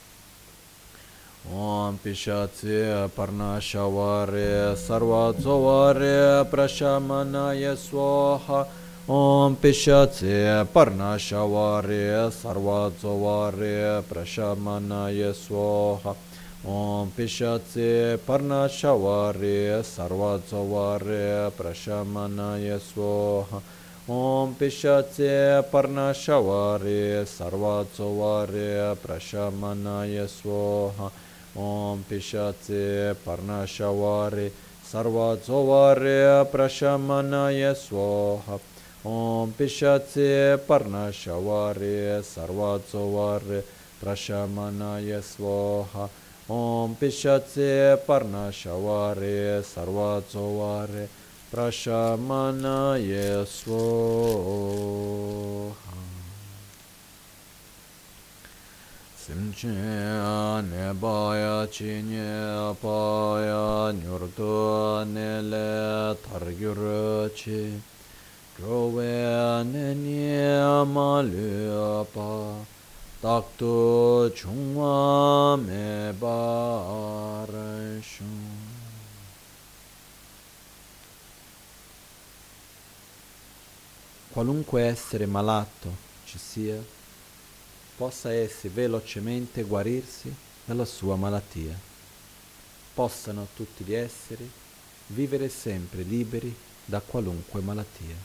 [SPEAKER 1] Om Pishatsi Parnashavari Sarvatsovari Prashamanaya Swaha. Om Pishatsi Parnashavari Sarvatsovari Prashamanaya Swaha. Om Pishatsi Parnashavari Sarvatsovari Prashamanaya Swaha. Om Pishatsi Parnashavari Sarvatsovari Prashamanaya Swaha. Om Pishatsi Parnashavari Sarvatsovari Prashamanaya Swaha. Om Pishatsi Parnashavari Sarvatsovari Prashamanaya Swaha. Om Pishatsi Parnashavari Sarvatsovari Prashamanaya Swaha. Simche nebaya chinye apaya nyurdu nele targyurchi. Drove nenye amalyapa. Taktu chungwa me barashun. Qualunque essere malato ci sia, possa essi velocemente guarirsi dalla sua malattia. Possano tutti gli esseri vivere sempre liberi da qualunque malattia.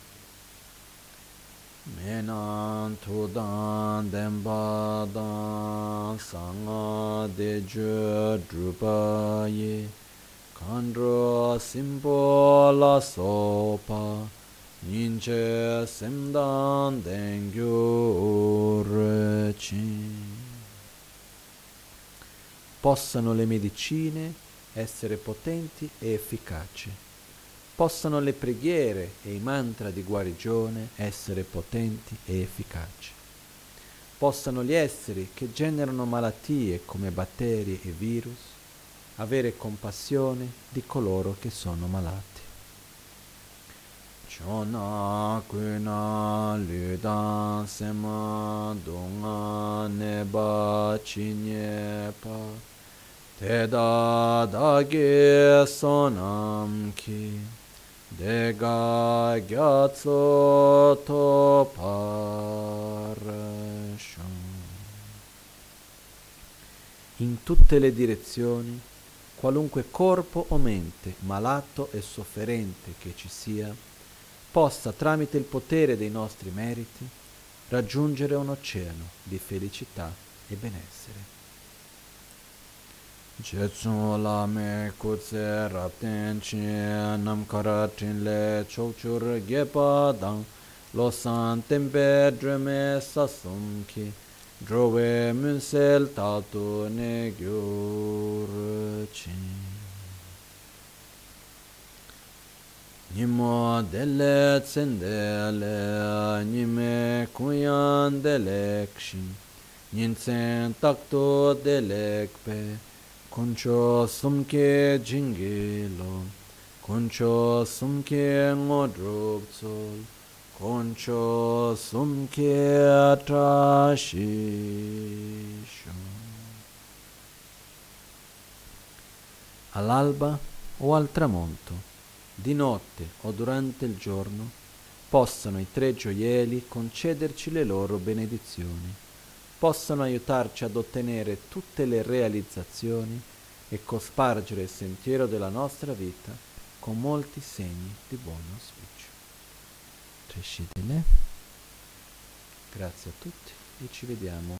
[SPEAKER 1] Menan tudan dembadan sanga deju drupaye kandro simbola sopa ninche semdan dengyurci. Possano le medicine essere potenti e efficaci. Possano le preghiere e i mantra di guarigione essere potenti e efficaci. Possano gli esseri che generano malattie come batteri e virus avere compassione di coloro che sono malati. Chona kuna ludan sema dunga neba chinyepa teda dage sonam ki dega gyatso to parasham. In tutte le direzioni, qualunque corpo o mente malato e sofferente che ci sia, possa, tramite il potere dei nostri meriti, raggiungere un oceano di felicità e benessere. Jetsu lame kutse rapten chi nam karatin le chokchur gepa dang lo san tempe dreme sasum ki Drove Munsel Tato Negyorci Nimo Dele Tsendele Nime Kuyan Delekshin Ninsen Takto Delekpe Kuncho Sumke Jingilo Kuncho Sumke Ngodrupzol Concho sumche atrasciscio. All'alba o al tramonto, di notte o durante il giorno, possano i tre gioielli concederci le loro benedizioni, possano aiutarci ad ottenere tutte le realizzazioni e cospargere il sentiero della nostra vita con molti segni di buon auspicio. Grazie a tutti e ci vediamo